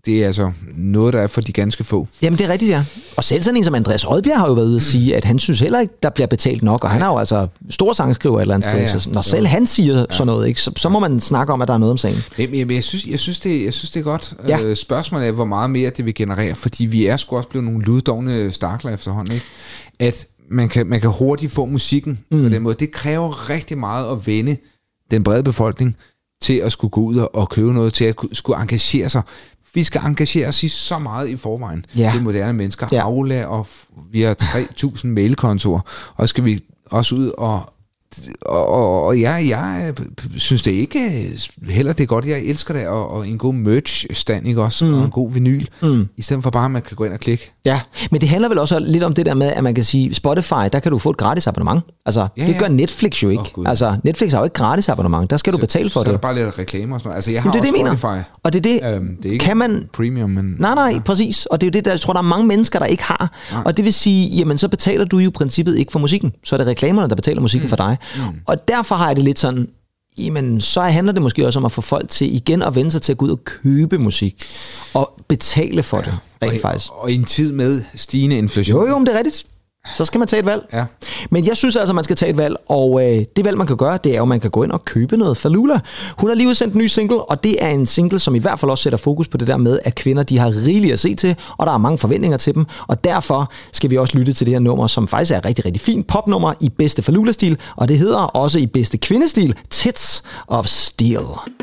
det er altså noget, der er for de ganske få. Jamen, det er rigtigt, ja. Og selv sådan en som Andreas Odbjerg har jo været ude at sige, at han synes heller ikke, der bliver betalt nok, og Nej. han er jo altså stor sangskriver et eller andet ja, sted, ja. så når selv han siger ja. sådan noget, ikke, så, så må man snakke om, at der er noget om sagen. Men jeg, jeg, synes, jeg, synes, det, jeg synes, det er godt. Ja. Øh, spørgsmålet er, hvor meget mere det vil generere, fordi vi er sgu også blevet nogle luddovne stakler efterhånden, ikke? At man kan, man kan hurtigt få musikken mm. på den måde. Det kræver rigtig meget at vende den brede befolkning til at skulle gå ud og købe noget, til at skulle engagere sig. Vi skal engagere os i så meget i forvejen. Ja. Det er moderne mennesker. Ja. Aula, og vi har tre tusind mailkontorer, og skal vi også ud og Og, og, og jeg, jeg synes det ikke heller det er godt. Jeg elsker det, og, og en god merch-stand, ikke også? Mm. Og en god vinyl, mm. i stedet for bare, at man kan gå ind og klikke. Ja, men det handler vel også lidt om det der med, at man kan sige, Spotify, der kan du få et gratis abonnement. Altså, ja, det gør Netflix jo ikke. Oh, altså, Netflix har jo ikke gratis abonnement. Der skal så, du betale for så det. Så er der bare lidt reklamer og sådan noget. Altså, jeg har det er også det, Spotify. Mener. Og det er det, øhm, det er ikke kan man... premium, men... Nej, nej, ja. præcis. Og det er jo det, der, jeg tror, der er mange mennesker, der ikke har. Nej. Og det vil sige, jamen, så betaler du jo i princippet ikke for musikken. Så er det reklamerne, der betaler musikken mm. for dig. Mm. Og derfor har jeg det lidt sådan, jamen, så handler det måske også om at få folk til igen at vende sig til at gå ud og købe musik. Og betale for det, rent og, faktisk. Og i en tid med stigende inflation. Jo, jo, men det er rigtigt. Så skal man tage et valg. Ja. Men jeg synes altså, man skal tage et valg, og øh, det valg, man kan gøre, det er jo, at man kan gå ind og købe noget Fallulah. Hun har lige udsendt en ny single, og det er en single, som i hvert fald også sætter fokus på det der med, at kvinder, de har rigeligt at se til, og der er mange forventninger til dem, og derfor skal vi også lytte til det her nummer, som faktisk er et rigtig, rigtig fint popnummer i bedste Fallulah-stil, og det hedder også i bedste kvindestil, Tits of Steel.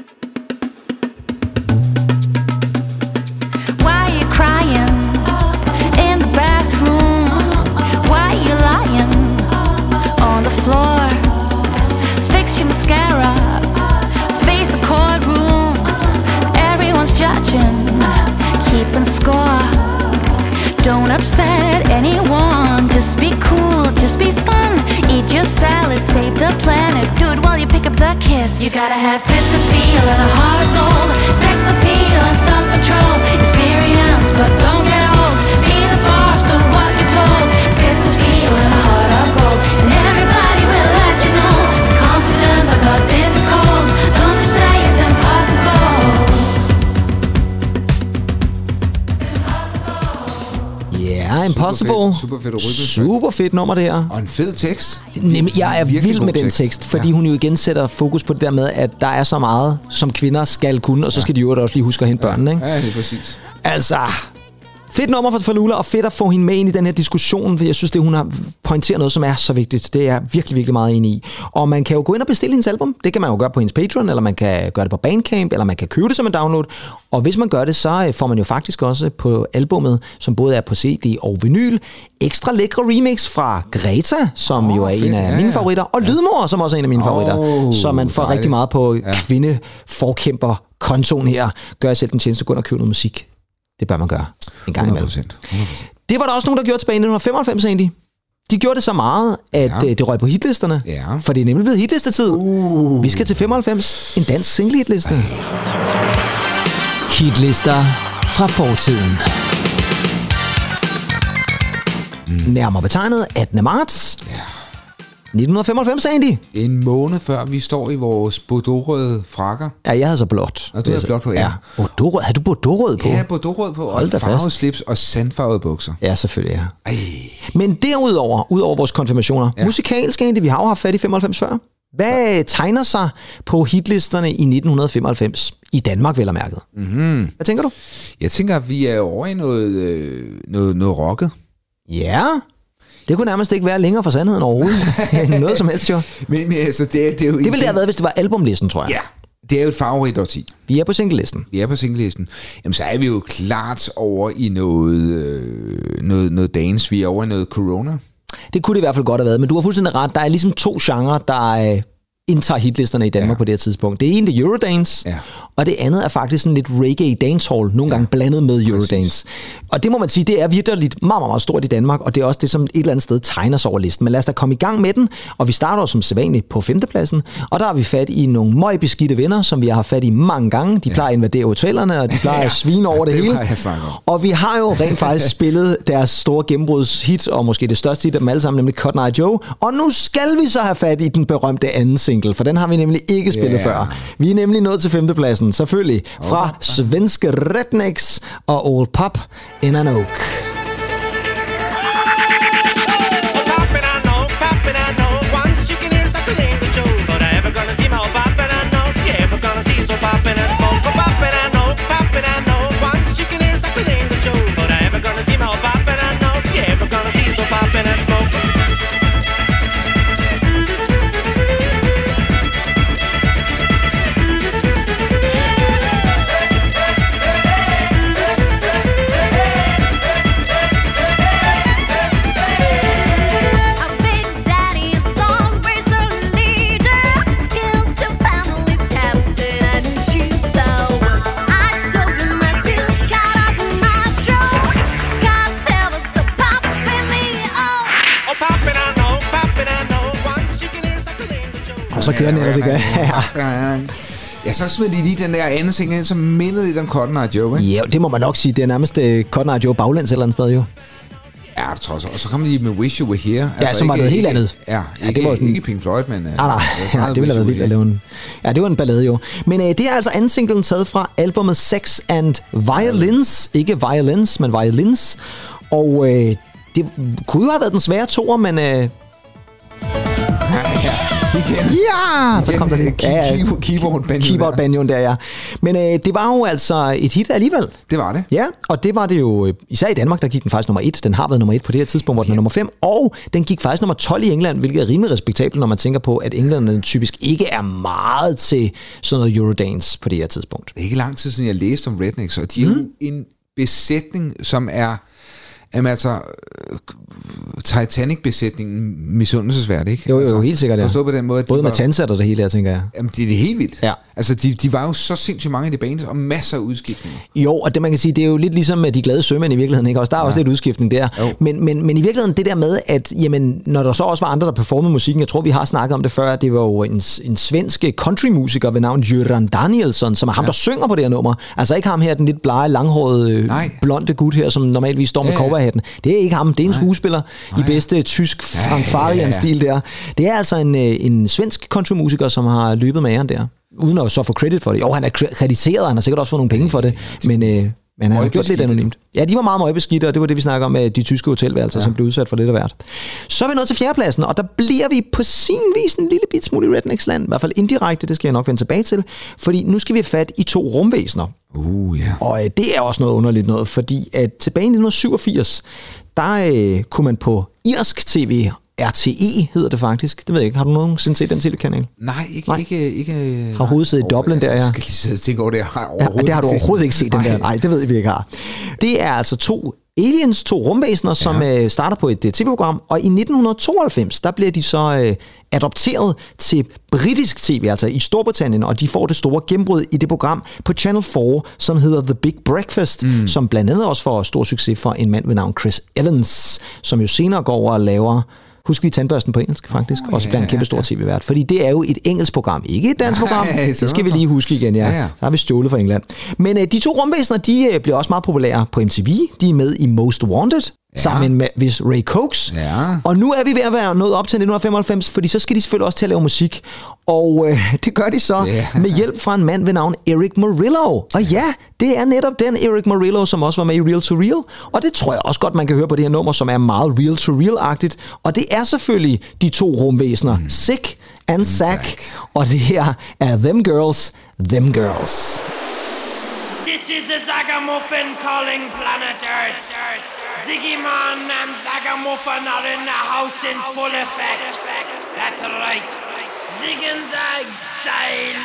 Why are you crying in the bathroom? Why are you lying on the floor? Fix your mascara, face the courtroom. Everyone's judging, keeping score. Don't upset anyone, just be cool, just be fun. Eat your salad, save the planet. Do it while you pick up the kids. You gotta have tits of steel and a heart of gold. Sex appeal and self-control. Experience, but don't get old. Be the boss, do what you're told. Tits of steel and a heart of gold. And everybody will let you know. Be confident but not difficult. Don't you say it's impossible. Ja, Impossible. Super fedt, super fedt, Super fedt nummer det her. Og en fed tekst. Nemlig, jeg er Virkelig vild med god den tekst. tekst, fordi Ja. hun jo igen sætter fokus på det der med, at der er så meget, som kvinder skal kunne, og så skal de jo også lige huske at hente børnene, ikke? Ja, det er præcis. Altså, fedt nummer for Fallulah, og fedt at få hende med ind i den her diskussion, for jeg synes, det hun har pointeret noget, som er så vigtigt. Det er jeg virkelig, virkelig meget enig i. Og man kan jo gå ind og bestille hendes album. Det kan man jo gøre på hendes Patreon, eller man kan gøre det på Bandcamp, eller man kan købe det som en download. Og hvis man gør det, så får man jo faktisk også på albummet, som både er på C D og vinyl, ekstra lækre remix fra Greta, som oh, jo er fedt. en af ja, mine ja. favoritter, og Lydmor, som også er en af mine Oh, favoritter. Så man får dejligt. rigtig meget på Ja. kvindeforkæmper-kontoen her. Gør jeg selv den tjeneste, gå ind og købe noget musik. Det bør man gøre en gang hundrede imellem. procent. hundrede procent. Det var der også nogen, der gjorde tilbage i nitten femoghalvfems egentlig. De gjorde det så meget, at Ja. ja. det røg på hitlisterne. Ja. For det er nemlig blevet hitlistetid. Uh. Vi skal til femoghalvfems. En dansk single hitliste. Ej. Hitlister fra fortiden. Mm. Nærmere betegnet attende marts. Ja. nitten femoghalvfems egentlig. En måned før vi står i vores bordeauxrøde frakker. Ja, jeg havde så blåt. Og du havde blåt på, ja. ja. Bordeaux, havde du bordeauxrød på? Ja, bordeauxrød på, Hold da og farvet fast. slips og sandfarvede bukser. Ja, selvfølgelig, ja. Ej. Men derudover, udover vores konfirmationer, ja. musikalsk egentlig, vi har jo haft fat i femoghalvfems før. Hvad ja. tegner sig på hitlisterne i nitten femoghalvfems? I Danmark, vel og mærket. Mm-hmm. Hvad tænker du? Jeg tænker, at vi er over i noget, øh, noget, noget rocket. Ja, det kunne nærmest ikke være længere fra sandheden overhovedet. Noget som helst, jo. Men, men altså, det, er- det er jo... Det ville det have været, hvis det var albumlisten, tror jeg. Ja, det er jo et favorit årti. Vi er på singlelisten. Vi er på singlelisten. Jamen, så er vi jo klart over i noget, øh, noget, noget dance. Vi er over i noget corona. Det kunne det i hvert fald godt have været, men du har fuldstændig ret. Der er ligesom to genrer, der øh, indtager hitlisterne i Danmark ja. på det her tidspunkt. Det er en, det er Eurodance, Ja. og det andet er faktisk sådan lidt reggae dancehall, nogle gange blandet med Eurodance. Og det må man sige, det er virkelig meget, meget stort i Danmark, og det er også det, som et eller andet sted tegner sig over listen. Men lad os da komme i gang med den, og vi starter som sædvanligt på femtepladsen, og der har vi fat i nogle møgbeskidte venner, som vi har haft fat i mange gange. De plejer ja. at invadere hotellerne, og de plejer ja. at svine over det, det hele. plejer jeg at snakke om. Og vi har jo rent faktisk spillet deres store gennembrudshit, og måske det største hit af dem alle sammen, nemlig Cotton Eye Joe. Og nu skal vi så have fat i den berømte anden single. single, for den har vi nemlig ikke spillet Yeah. før. Vi er nemlig nået til femtepladsen, selvfølgelig, fra svenske Rednecks og Old Pop in an Oak. Og så kører den ellers ikke. Ja, så smed de lige den der anden single ind, som mindede lidt om Cotton Eye Joe, ikke? Ja, det må man nok sige. Det er nærmest uh, Cotton Eye Joe baglæns et eller andet sted, jo. Ja, det tror jeg så. Og så kom de med Wish You Were Here. Ja, som var noget helt andet. Ja, Ja, ikke, det var sådan- ikke Pink Floyd, men... Nej, nej, ja, det ville have været vildt at lave en... Ja, det var en ballade jo. Men øh, det er altså anden singlen taget fra albumet Sex and Violins. Ikke Violins, men Violins. Og øh, det kunne jo have været den svære toer, men... Øh, Igen. ja! Så kom der Igen, ja, ja, keyboard- keyboard banjo Keyboard der. banjoen der, ja. Men øh, det var jo altså et hit alligevel. Det var det. Ja, og det var det jo, øh, især i Danmark, der gik den faktisk nummer et. Den har været nummer et på det her tidspunkt, hvor den er nummer fem. Og den gik faktisk nummer tolv i England, hvilket er rimelig respektabelt, når man tænker på, at englænderne typisk ikke er meget til sådan noget Eurodance på det her tidspunkt. Det er ikke lang tid siden, jeg læste om Rednecks, og de er Mm. jo en besætning, som er... Jamen altså, øh, Titanic-besætningen misundelsesværdig, ikke? Jo, jo, altså, helt sikkert, ja. Forstå på den måde, at de Både med var, tandsat og det hele, jeg tænker jeg. jamen, det er det helt vildt. Ja. Altså, de, de var jo så sindssygt mange i det band, og masser af udskiftninger. Jo, og det man kan sige, det er jo lidt ligesom med de glade sømænd i virkeligheden, ikke? Også der er ja. også lidt udskiftning der. Men, men, men i virkeligheden det der med, at jamen, når der så også var andre, der performede musikken, jeg tror, vi har snakket om det før, det var jo en, en svensk countrymusiker ved navn Göran Danielsson, som er ham, ja. der synger på det her nummer. Altså ikke ham her, den lidt blege, langhårede, Nej. blonde gut her, som normalvis står med Ja, ja. cowboyhatten. Det er ikke ham, det er en skuespiller i bedste tysk Frank Farian-stil der. Det er altså en, øh, en svensk countrymusiker, som har løbet med æren der. Uden at så få credit for det. Jo, han er krediteret, han har sikkert også fået nogle penge for det, men, øh, men han har gjort lidt anonymt. Ja, de var meget møgbeskidte, og det var det, vi snakker om med de tyske hotelværelser, ja. som blev udsat for lidt af hvert. Så er vi nået til fjerdepladsen, og der bliver vi på sin vis en lille bit smule i Rednecks-land, i hvert fald indirekte, det skal jeg nok vende tilbage til, fordi nu skal vi have fat i to rumvæsener. Uh, ja. Og øh, det er også noget underligt noget, fordi at tilbage i nitten syvogfirs, der øh, kunne man på irsk tv, R T E hedder det faktisk, det ved jeg ikke, har du nogensinde set den tv-kanal? Nej, ikke... Nej. ikke, ikke Har hovedet i Dublin der, ja. Jeg skal lige sidde og tænke over det, jeg har Ja, overhovedet det har du ikke set. overhovedet ikke set, den der. Nej, det ved vi ikke har. Det er altså to aliens, to rumvæsener, som ja. øh, starter på et øh, tv-program, og i nitten tooghalvfems, der bliver de så øh, adopteret til britisk tv, altså i Storbritannien, og de får det store gennembrud i det program på Channel fire, som hedder The Big Breakfast, mm. som blandt andet også får stor succes for en mand ved navn Chris Evans, som jo senere går over og laver... Husk lige tandbørsten på engelsk, faktisk. Oh, også bliver en kæmpe stor tv-vært. Fordi det er jo et engelsk program, ikke et dansk program. Nej, det skal vi lige huske igen, ja. Ja, ja. Der har vi stjålet fra England. Men øh, de to rumvæsener, de øh, bliver også meget populære på M T V. De er med i Most Wanted, ja. sammen med Miss Ray Cox. Ja. Og nu er vi ved at være nået op til nitten femoghalvfems, fordi så skal de selvfølgelig også til at lave musik. Og øh, det gør de så Ja. med hjælp fra en mand ved navn Eric Morillo. Og ja, det er netop den Eric Morillo, som også var med i Real to Real. Og det tror jeg også godt, man kan høre på det her nummer, som er meget Real to Real-agtigt. Og det er selvfølgelig de to rumvæsener, mm. Sick and Zack. Og det her er Them Girls, Them Girls. This is the Zagamuffin calling planet Earth. Ziggy Man and Zagamuffin are in the house in full effect. That's right. Zig and Zag style.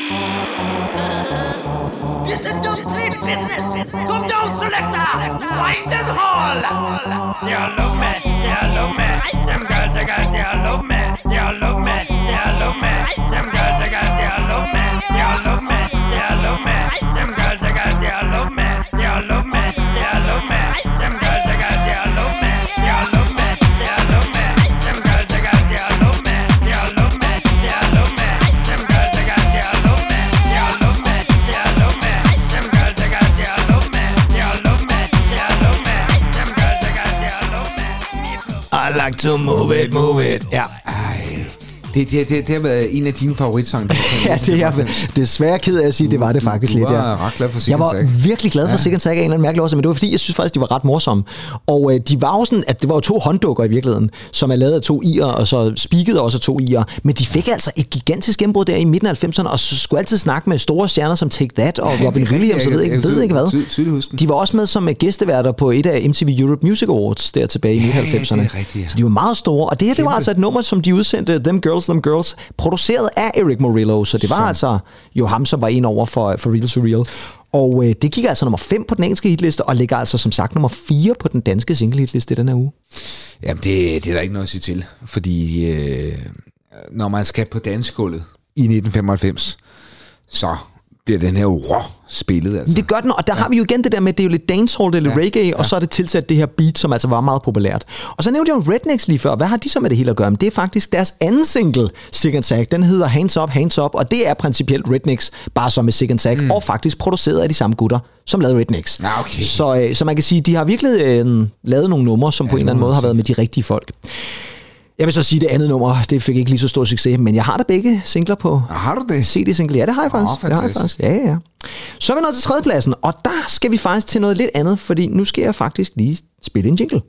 This is dumb street business. Come down, selector. Wind and haul. They all love me. They all love me. Them girls, the girls, they all love me. They all love me. They all love me. Them girls, the girls, they all love me. They all love me. They all love me. Them girls, the girls, they all love me. They all love me. They all love me. Them girls, the girls, they all love me. They all love me. They all love me. Them girls, the girls, they all love me. They all love me. They all love me. Them girls, the girls, they all love me. They all love me. They all love me. Them girls, the girls, they all love me. They all love me. They all love me. Them girls, the girls, they all love me. I like to move it, move it. Ja. Det, det, det, det har været en af dine favoritsange. Ja, det er jeg desværre ked af at sige, det var det faktisk du lidt, ja. Du var ret glad for Sick Jeg and var Sack. virkelig glad for ja. Sick and Sack af en eller anden mærkelig årsag, men det var fordi, jeg synes faktisk, de var ret morsomme. Og øh, de var jo sådan, at det var jo to hånddukker i virkeligheden, som er lavet af to i'er, og så spikkede også af to i'er. Men de fik altså et gigantisk gennembrud der i midten af halvfemserne, og så skulle altid snakke med store stjerner som Take That og Robin Williams, og ved ikke, ved ikke hvad. De var også med som gæsteværter på et af M T V Europe Music Awards der tilbage i midten af halvfemserne. Så de var meget store, og det her, det var altså et nummer, som de udsendte, Them Girls, Them Girls, produceret af Eric Morillo, så det var som. altså jo ham, som var en over for, for Real Surreal. Og øh, det gik altså nummer fem på den engelske hitliste, og ligger altså som sagt nummer fire på den danske single hitliste den her uge. Jamen, det, det er der ikke noget at sige til, fordi øh, når man skal på dansegulvet i nitten femoghalvfems, så bliver den her rå spillet. Altså. Det gør den, og der ja. har vi jo igen det der med, det er jo lidt dancehall, det er lidt ja. reggae, ja. og så er det tilsat det her beat, som altså var meget populært. Og så nævnte jeg jo Rednecks lige før. Hvad har de så med det hele at gøre? Men det er faktisk deres anden single, Sick and Sack. Den hedder Hands Up, Hands Up, og det er principielt Rednecks, bare som med Sick and Sack, mm. og faktisk produceret af de samme gutter, som lavede Rednecks. Ja, okay. så, øh, så man kan sige, de har virkelig øh, lavet nogle numre, som ja, på en eller anden måde har været med de rigtige folk. Jeg vil så sige, det andet nummer, det fik ikke lige så stor succes, men jeg har da begge singler på. Har du det? C D-single, ja, det har jeg faktisk. Oh, det har jeg faktisk. Ja, ja, ja. Så er vi nået til tredjepladsen, og der skal vi faktisk til noget lidt andet, fordi nu skal jeg faktisk lige spille en jingle.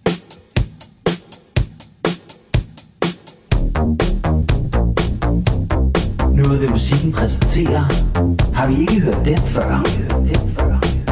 Noget ved musikken præsenterer. Har vi ikke hørt den før? Den før.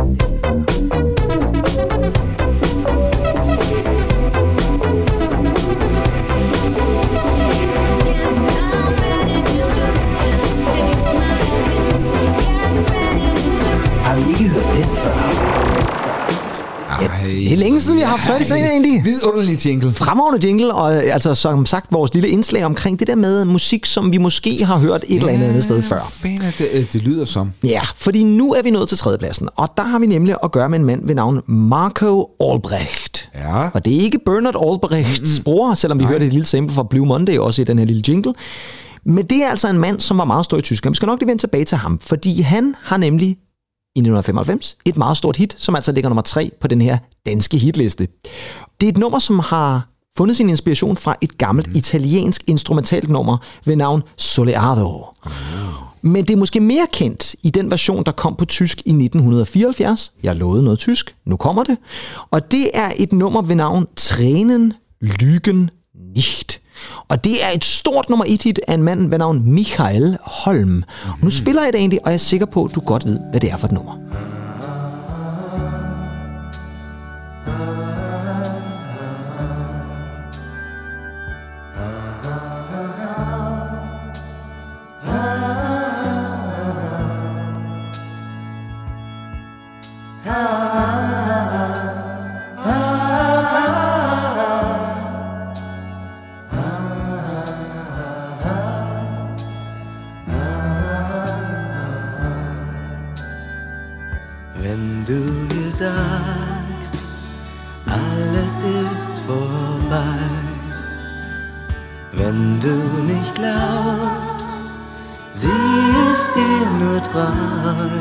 Har vi ikke hørt den før? Ja, det er længe siden, vi har haft fat i sådan egentlig. Vidunderlig jingle. Fremragende jingle, og altså som sagt, vores lille indslag omkring det der med musik, som vi måske har hørt et ja, eller andet andet sted før. Fanden, det, det lyder som. Ja, fordi nu er vi nået til tredjepladsen, og der har vi nemlig at gøre med en mand ved navn Marco Albrecht. Ja. Og det er ikke Bernard Albrechts mm-hmm. bror, selvom vi Nej. hørte et lille sample fra Blue Monday også i den her lille jingle. Men det er altså en mand, som var meget stor i Tyskland. Vi skal nok lige vende tilbage til ham, fordi han har nemlig i nitten femoghalvfems et meget stort hit, som altså ligger nummer tre på den her danske hitliste. Det er et nummer, som har fundet sin inspiration fra et gammelt mm. italiensk instrumentalt nummer ved navn Soleado. Mm. Men det er måske mere kendt i den version, der kom på tysk i nitten fireoghalvfjerds. Jeg lovede noget tysk, nu kommer det. Og det er et nummer ved navn Tränen lügen nicht. Og det er et stort nummer et hit af en mand ved navn Michael Holm. Mm-hmm. Og nu spiller jeg det egentlig, og jeg er sikker på, at du godt ved, hvad det er for et nummer. Wenn du mir sagst, alles ist vorbei, wenn du nicht glaubst, sie ist dir nur treu,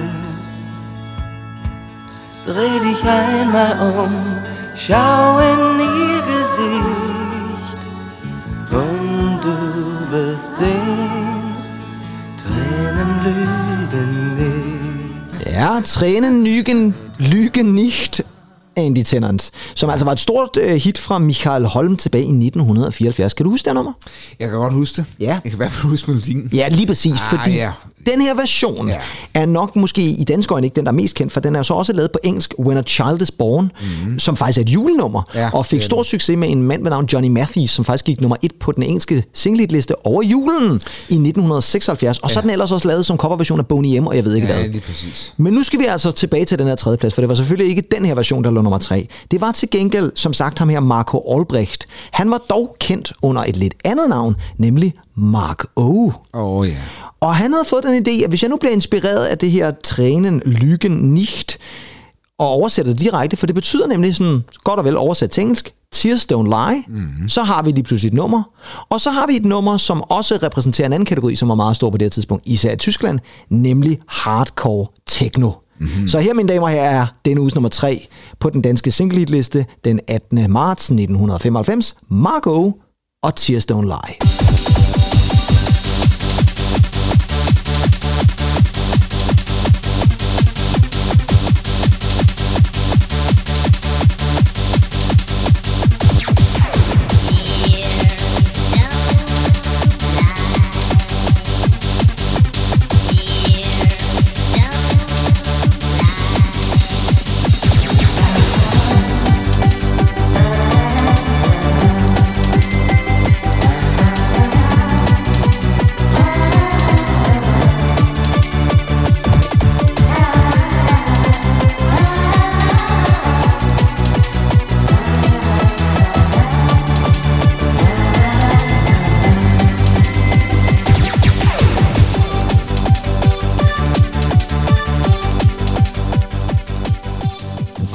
dreh dich einmal um, schau in ihr Gesicht und du wirst sehen, Tränen lügen nicht. Ja, Tränen lügen, lügen nicht, Andy Tennant, som altså var et stort øh, hit fra Michael Holm tilbage i nitten fireoghalvfjerds. Kan du huske det nummer? Jeg kan godt huske det. Ja. Jeg kan i hvert fald huske melodien. Ja, lige præcis, ah, fordi ja. den her version ja. er nok måske i dansk øjne ikke den, der er mest kendt, for den er så også lavet på engelsk, When a Child is Born, mm-hmm. som faktisk er et julenummer, ja, og fik stor succes med en mand ved navn Johnny Matthys, som faktisk gik nummer et på den engelske singlehitliste over julen i nitten seksoghalvfjerds, og så er den ellers også lavet som coverversion af Boney M, og jeg ved ikke ja, hvad. Lige præcis. Men nu skal vi altså tilbage til den her tredjeplads, for det var selvfølgelig ikke den her version, der lå nummer tre. Det var til gengæld, som sagt, ham her Marco Albrecht. Han var dog kendt under et lidt andet navn, nemlig Mark O. Åh oh, ja. Yeah. Og han havde fået den idé, at hvis jeg nu bliver inspireret af det her Tränen lügen nicht, og oversætter det direkte, for det betyder nemlig sådan, godt og vel oversat til engelsk, Tears Don't Lie, mm-hmm. så har vi lige pludselig et nummer. Og så har vi et nummer, som også repræsenterer en anden kategori, som var meget stor på det her tidspunkt, især i Tyskland, nemlig hardcore techno. Mm-hmm. Så her, mine damer og herrer, er denne uges nummer tre på den danske singlehitliste den attende marts nitten femoghalvfems, Mark O og Tears Don't Lie.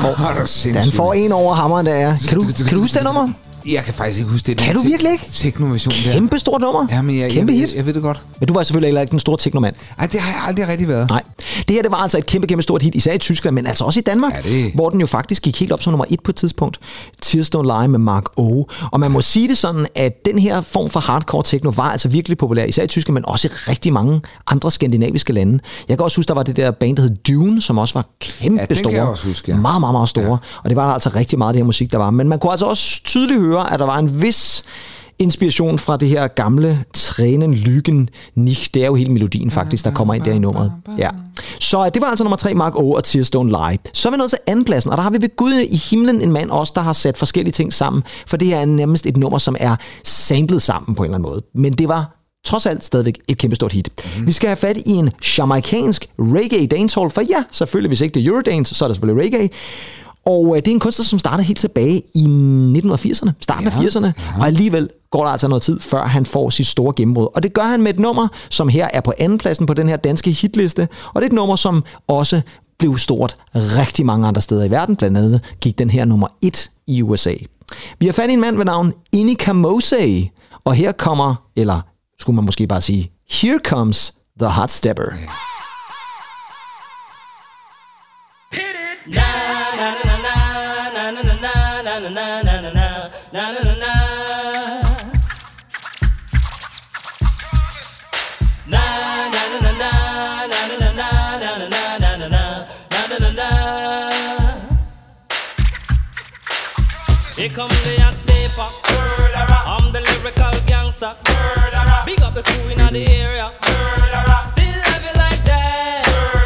får, den får en over hammeren, der er. Kan du, kan du huske det nummer? Jeg kan faktisk ikke huske det. Kan du virkelig ikke? Teknoversion der. Kæmpe stort nummer. Ja, men jeg, kæmpe jeg, hit. Jeg, jeg ved det godt. Men du var selvfølgelig heller ikke den store teknomand. Nej, det har jeg aldrig rigtig været. Nej. Det her, det var altså et kæmpe, kæmpe stort hit, især i Tyskland, men altså også i Danmark, ja, det... hvor den jo faktisk gik helt op som nummer et på et tidspunkt. Tears Don't Lie med Mark O. Og man må sige det sådan, at den her form for hardcore techno var altså virkelig populær, især i Tyskland, men også i rigtig mange andre skandinaviske lande. Jeg kan også huske, der var det der band, der hed Dune, som også var kæmpe ja, store. Kan jeg også huske, ja. Meget, meget, meget store. Ja. Og det var der altså rigtig meget af det her musik, der var. Men man kunne altså også tydeligt høre, at der var en vis inspiration fra det her gamle Tränen Lügen nicht. Det er jo hele melodien faktisk, der kommer ind der i nummeret. Ja. Så det var altså nummer tre, Mark O og Tears Don't Lie. Så er vi nået til andenpladsen, og der har vi ved Gud i himlen en mand også, der har sat forskellige ting sammen, for det her er nærmest et nummer, som er samlet sammen på en eller anden måde. Men det var trods alt stadigvæk et kæmpestort hit. Mm-hmm. Vi skal have fat i en jamaikansk reggae dancehall, for ja, selvfølgelig, hvis ikke det er Eurodance, så er det selvfølgelig reggae. Og det er en kunstner, som startede helt tilbage i nitten firserne, starten ja, af firserne, ja. Og alligevel går der altså noget tid, før han får sit store gennembrud. Og det gør han med et nummer, som her er på andenpladsen på den her danske hitliste, og det er et nummer, som også blev stort rigtig mange andre steder i verden. Blandt andet gik den her nummer et i U S A. Vi har fat i en mand ved navn Inika Mosey, og her kommer, eller skulle man måske bare sige, Here Comes the Hot Stepper. Ja. Here come the hot stepper. I'm the lyrical gangster. Big up the crew in the area. Still have it like that.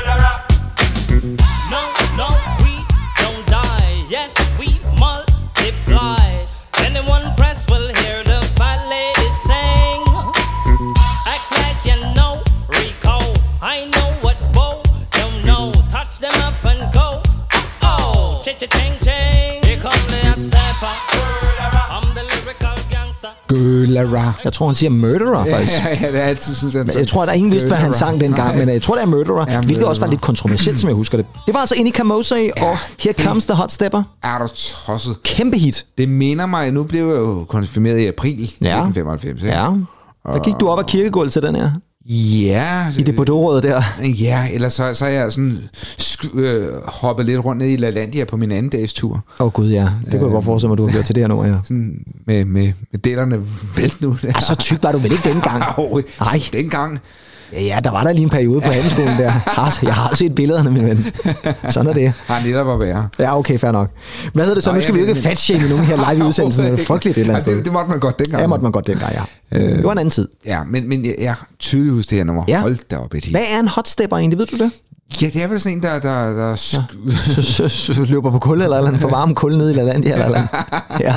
No, no, we don't die. Yes, we multiply. Anyone press will hear the fat lady sing. Act like you know Rico. I know what Bo don't know. Touch them up and go. Oh, cha-cha-ching-ching. Here come the hot stepper. I'm the lyrical gangster. Gølara. Jeg tror, han siger murderer, faktisk. Ja, ja, det er altid, synes jeg. Jeg tror, der er ingen vidste, hvad han sang dengang, men jeg tror, det er murderer, ja, hvilket også var lidt kontroversielt, som jeg husker det. Det var altså Inika Mosey, ja, og Here Comes the Hot Stepper. Er du tosset? Kæmpe hit. Det minder mig, nu blev jeg jo konfirmeret i april ja. nitten femoghalvfems. Ikke? Ja, der gik du op ad kirkegulvet til den her. Ja. I det Bordeaux-rådet der. Ja, eller så, så er jeg sådan sk- øh, hoppet lidt rundt ned i LaLandia på min anden dags tur. Åh oh, gud, ja. Det kunne jeg godt forestille mig, du har gjort til det her nummer, ja. Sådan med, med, med dætterne vælt nu. Ja, så tyk var du vel ikke dengang? Nej. Dengang. Ja, der var der lige en periode på handelsskolen der. Jeg har set billederne, min ven. Sådan er det. Har netop at være. Ja, okay, fair nok. Hvad hedder det så? Nå, nu skal vi jo ikke fatshame nogen her live i udsendelsen. Det er frygteligt et eller andet altså, det, det måtte man godt dengang. Ja, måtte man godt dengang, ja. Øh, det var en anden tid. Ja, men, men jeg er tydelig hos det her nummer. Ja. Hold da op et hit. Hvad er en hot stepper egentlig? Ved du det? Ja, det er vel sådan en, der... der, der ja. så, så, så, så løber på kul eller eller andet, på varme kul ned i LaLandia eller eller andet. Ja.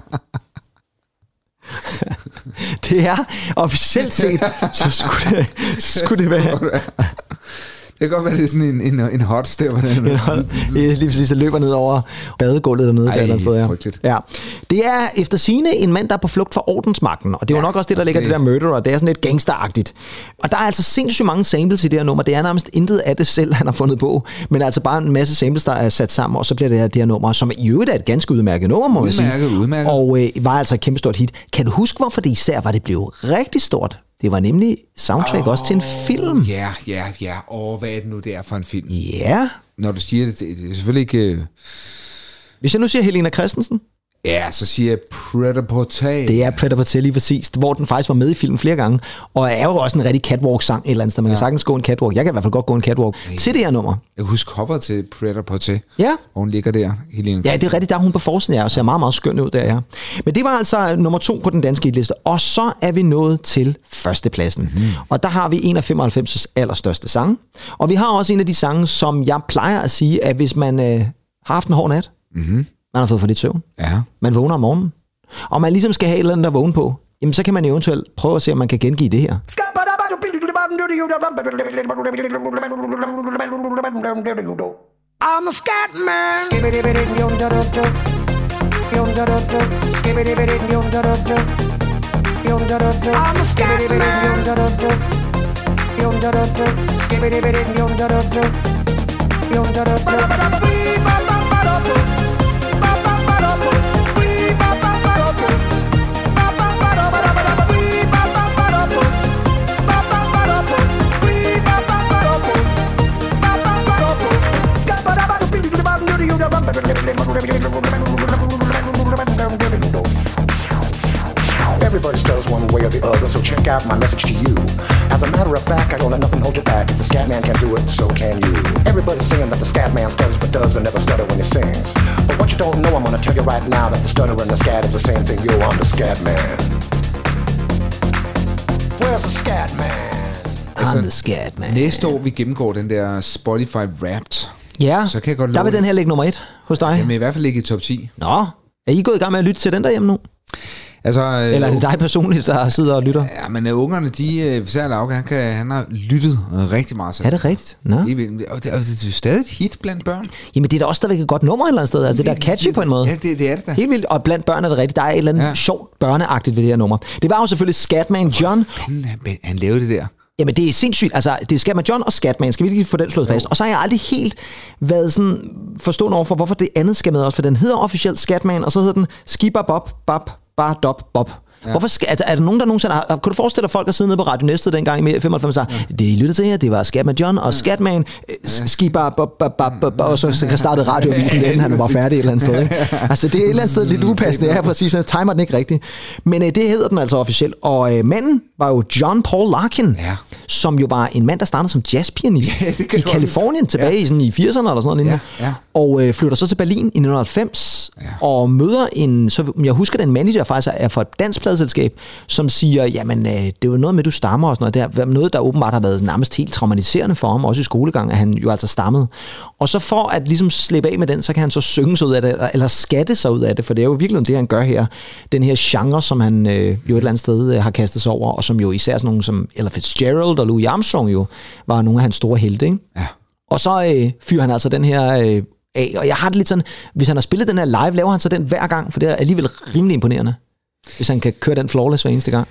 Det er officielt set, så skulle det, så skulle det være... Det kan godt være, det er sådan en, en, en hot stepper. Lige præcis, der løber ned over badegulvet dernede. Ej, der sted, ja. Ja. Det er efter sigende en mand, der er på flugt fra ordensmagten, og det er jo ja, nok også det, der ligger det, det der murderer. Det er sådan lidt gangsteragtigt. Og der er altså sindssygt mange samples i det her nummer. Det er nærmest intet af det selv, han har fundet på, men altså bare en masse samples, der er sat sammen, og så bliver det her, det her nummer, som i øvrigt er et ganske udmærket nummer, må jeg sige. Udmærket, udmærket. Og øh, var altså et kæmpe stort hit. Kan du huske, hvorfor det især var, det blev rigtig stort? Det var nemlig soundtrack oh, også til en film. Ja, ja, ja. Og hvad er det nu, det er for en film? Ja. Når du siger det, det er selvfølgelig ikke... Hvis jeg nu siger Helena Christensen? Ja, så siger jeg Pret-a-Porter. Det er Pret-a-Porter lige præcis, hvor den faktisk var med i filmen flere gange, og er jo også en rigtig catwalk-sang et eller andet sted. Man ja. kan sagtens gå en catwalk. Jeg kan i hvert fald godt gå en catwalk ja. til det her nummer. Jeg husker cover til Pret-a-Porter, ja. hvor hun ligger der. Helene. Ja, det er rigtigt, der hun på forsiden er, og ser meget, meget skøn ud der, ja. Men det var altså nummer to på den danske hitliste, og så er vi nået til førstepladsen. Mm. Og der har vi en af femoghalvfems' allerstørste sange, og vi har også en af de sange, som jeg plejer at sige, at hvis man øh, har haft en hård nat, mm-hmm. man har fået for lidt søvn. Ja. Man vågner om morgenen. Og man ligesom skal have et eller andet at vågne på. Jamen, så kan man eventuelt prøve at se, om man kan gengive det her. I'm a scat man. I'm a scat man. others, so check out my message to you. As a matter of fact, I don't let nothing hold you back. If the scat man can do it, so can you. Everybody's saying that the scat man stutters but does and never stutter when he sings. But what you don't know, I'm gonna tell you right now that the stutter and the scat is the same thing. Yo, I'm the scat man. Where's the scat man? I'm the scat man. Næste år vi gennemgår den der Spotify Wrapped. Ja, så kan jeg godt der vil den her ligge nummer et hos dig. Den vil i hvert fald ligge i top ti. Nå, er I gået i gang med at lytte til den derhjemme nu? Altså, Eller er det dig personligt, der sidder og lytter? Ja, men ungerne, de, især Lauke, han, kan, han har lyttet rigtig meget. Er det rigtigt? Nå. Det, og det, og det er jo stadig et hit blandt børn. Jamen, det er da også stadigvæk et godt nummer et eller andet sted. Altså, det, det er catchy det, på en måde. Ja, det, det er det da. Helt vildt. Og blandt børn er det rigtigt. Der er et eller andet ja. sjovt børneagtigt ved det her nummer. Det var jo selvfølgelig Scatman John. Fanden, han, han lavede det der. Jamen, det er sindssygt. Altså, det er Scatman John og Scatman. Skal vi lige få den slået fast? Og så har jeg aldrig helt været sådan forstående over for, hvorfor det andet skal med os. For den hedder officielt Scatman, og så hedder den Skibab Bob Bab Bar Dop Bob. Ja. Hvorfor skal, altså, er der nogen, der nogensinde har... Kan du forestille dig, folk, der sidder nede på Radio Næstet dengang i femoghalvfems, sagde, ja. det I lyttede til her, det var Scatman John og Scatman, ja. Skibar, bob, bob, bob, bob, og så, så startede radioavisen den, han var færdig et eller andet sted. Ikke? Altså, det er et eller andet sted lidt upassende, ja, præcis, så timer den ikke rigtigt. Men øh, det hedder den altså officielt, og øh, manden var jo John Paul Larkin, ja. som jo var en mand, der startede som jazzpianist ja, i Kalifornien tilbage ja. i, sådan, i firserne eller sådan noget, ja. Ja. og øh, flytter så til Berlin i nitten halvfems, ja. og møder en, så jeg husker, den manager faktisk er fra et dansk pladeselskab, som siger, jamen, øh, det er jo noget med, du stammer og sådan noget. Det er noget, der åbenbart har været nærmest helt traumatiserende for ham, også i skolegang, at han jo altså stammede. Og så for at ligesom slippe af med den, så kan han så synge sig ud af det, eller skatte sig ud af det, for det er jo virkelig det, han gør her. Den her genre, som han øh, jo et eller andet sted øh, har kastet sig over, og som jo især sådan nogle som Ella Fitzgerald og Louis Armstrong jo, var nogle af hans store helte, ikke? Ja. Og så øh, fyrer han altså den her... Øh, af, og jeg har det lidt sådan, hvis han har spillet den her live, laver han så den hver gang, for det er alligevel rimelig imponerende. Hvis han kan køre den flawless hver eneste gang.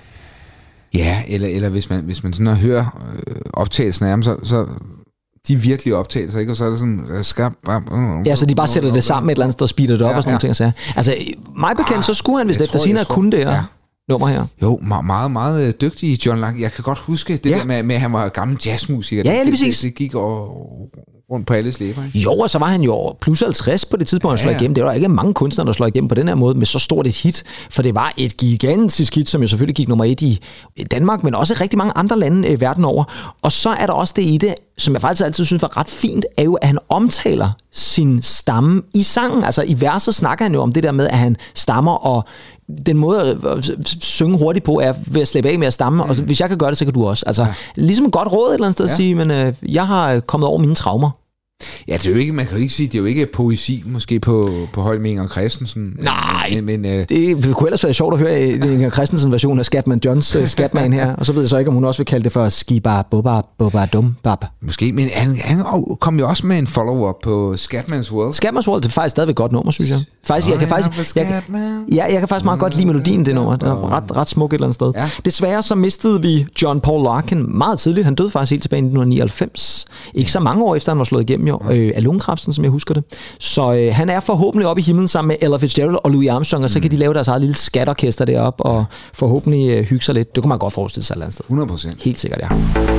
Ja, eller, eller hvis man hvis man sådan hører øh, optagelsen af ham, så, så de virkelige optagelser, ikke? Og så er det sådan skab. Ja, så de bare sætter det sammen et eller andet sted og speeder det op ja, og sådan ja. nogle ting. Altså, mig bekendt, så skulle han vist efter sine have kunnet det her ja. nummer her. Jo, meget, meget, meget dygtig John Larkin. Jeg kan godt huske det ja. der med, med, at han var gammel jazzmusiker. Ja, ja, lige præcis. Det, det, det gik over... rundt på alles læber, ikke? Jo, og så var han jo plus halvtreds på det tidspunkt, han slår ja, ja. igennem. Det var ikke mange kunstnere, der slår igennem på den her måde med så stort et hit, for det var et gigantisk hit, som jo selvfølgelig gik nummer et i Danmark, men også rigtig mange andre lande øh, verden over. Og så er der også det i det, som jeg faktisk altid synes var ret fint, er jo, at han omtaler sin stamme i sangen. Altså i verset snakker han jo om det der med, at han stammer, og den måde at synge hurtigt på er ved at slippe af med at stamme, mm. og hvis jeg kan gøre det, så kan du også. Altså, ja. ligesom et godt råd et eller andet sted ja. at sige, men øh, jeg har kommet over mine traumer. Ja, det er jo ikke, man kan jo ikke sige, det er jo ikke poesi, måske på, på højde med Inger Christensen. Nej, men, men, øh, det kunne ellers være sjovt at høre Inger Christensen version af Scatman Johns uh, Scatman her, og så ved jeg så ikke, om hun også vil kalde det for Skibar, Boba, Boba, Dum, Bab. Måske, men han, han kom jo også med en follow-up på Scatman's World. Scatman's World, det er faktisk stadig et godt nummer, synes jeg. Faktisk, jeg kan faktisk, jeg, ja, jeg kan faktisk meget godt lide melodien i det nummer. Den er ret, ret smuk et eller andet sted. Ja. Desværre så mistede vi John Paul Larkin meget tidligt. Han døde faktisk helt tilbage i nitten nioghalvfems. Ikke så mange år efter, han var slået igennem jo, øh, af lungekræften, som jeg husker det. Så øh, han er forhåbentlig oppe i himlen sammen med Ella Fitzgerald og Louis Armstrong, og så kan de lave deres eget lille skatorkester deroppe og forhåbentlig øh, hygge sig lidt. Det kunne man godt forestille sig et eller andet sted. hundrede procent. Helt sikkert, ja.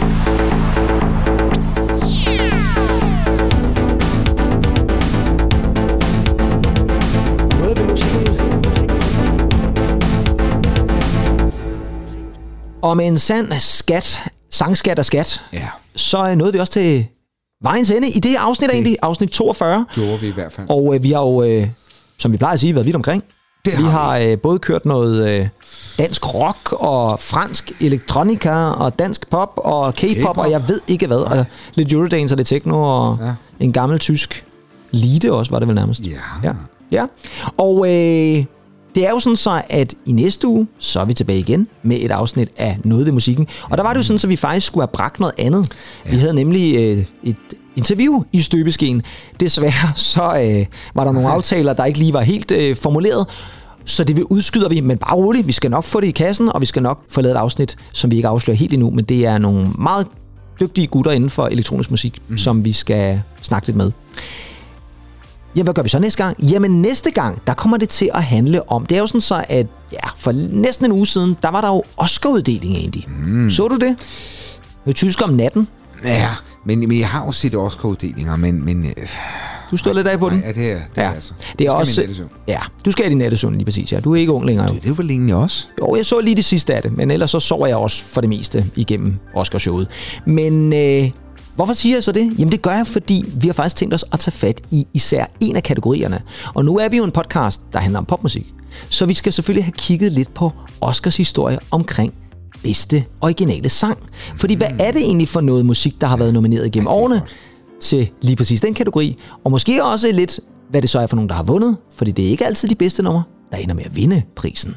Og med en sand skat, sangskat og skat, ja. så nåede vi også til vejens ende i det afsnit, det egentlig, afsnit toogfyrre. Gjorde vi i hvert fald. Og øh, vi har jo, øh, som vi plejer at sige, været vidt omkring. Det vi har, har øh, både kørt noget øh, dansk rock og fransk elektronika og dansk pop og K-pop, K-pop. Og jeg ved ikke hvad. Og lidt Eurodance og lidt techno og ja. en gammel tysk lide også, var det vel nærmest. Ja. Ja, ja. Og... Øh, det er jo sådan så, at i næste uge, så er vi tilbage igen med et afsnit af Noget ved musikken. Og der var det jo sådan, så vi faktisk skulle have bragt noget andet. Ja. Vi havde nemlig øh, et interview i støbeskeen. Desværre så øh, var der nogle aftaler, der ikke lige var helt øh, formuleret. Så det vil udskyder vi, men bare roligt. Vi skal nok få det i kassen, og vi skal nok få lavet et afsnit, som vi ikke afslører helt endnu. Men det er nogle meget dygtige gutter inden for elektronisk musik, mm. som vi skal snakke lidt med. Ja, hvad gør vi så næste gang? Jamen næste gang, der kommer det til at handle om, det er jo sådan så, at ja, for næsten en uge siden, der var der jo Oscar-uddeling egentlig. Mm. Så du det? Det var tysk om natten. Ja, men, men jeg har jo set Oscar-uddelinger, men, men øh, Du står lidt af på den? Ja, det er, det er altså. Det er skal også, min nattesøvn. ja, du skal have din nattesøvn lige præcis, ja. Du er ikke ung længere. Det, det var længe også. Jo, jeg så lige det sidste af det, men ellers så sover jeg også for det meste igennem Oscarshowet. Men øh, hvorfor siger jeg så det? Jamen det gør jeg, fordi vi har faktisk tænkt os at tage fat i især en af kategorierne. Og nu er vi jo en podcast, der handler om popmusik. Så vi skal selvfølgelig have kigget lidt på Oscars historie omkring bedste originale sang. Fordi hvad er det egentlig for noget musik, der har været nomineret gennem årene til lige præcis den kategori? Og måske også lidt, hvad det så er for nogen, der har vundet. Fordi det er ikke altid de bedste numre, der ender med at vinde prisen.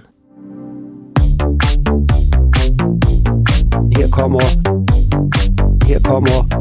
Her kommer... Her kommer...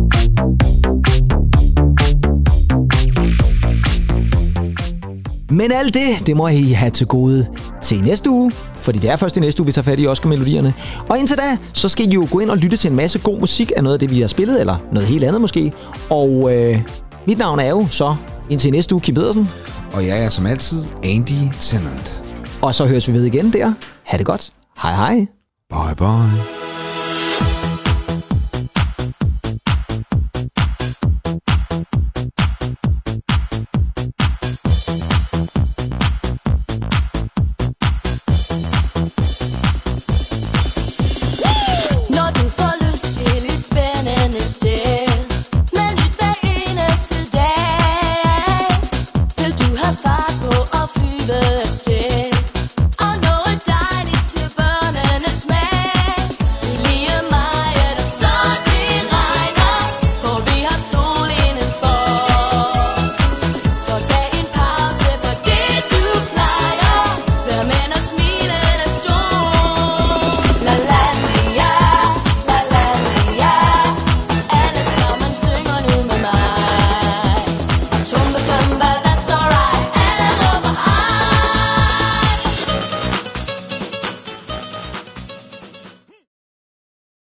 Men alt det, det må I have til gode til næste uge, fordi det er først i næste uge, vi tager fat i Oscar-melodierne. Og indtil da, så skal I jo gå ind og lytte til en masse god musik af noget af det, vi har spillet, eller noget helt andet måske. Og øh, mit navn er jo så indtil næste uge Kim Pedersen. Og jeg er som altid Andy Tennant. Og så høres vi ved igen der. Ha' det godt. Hej hej. Bye bye.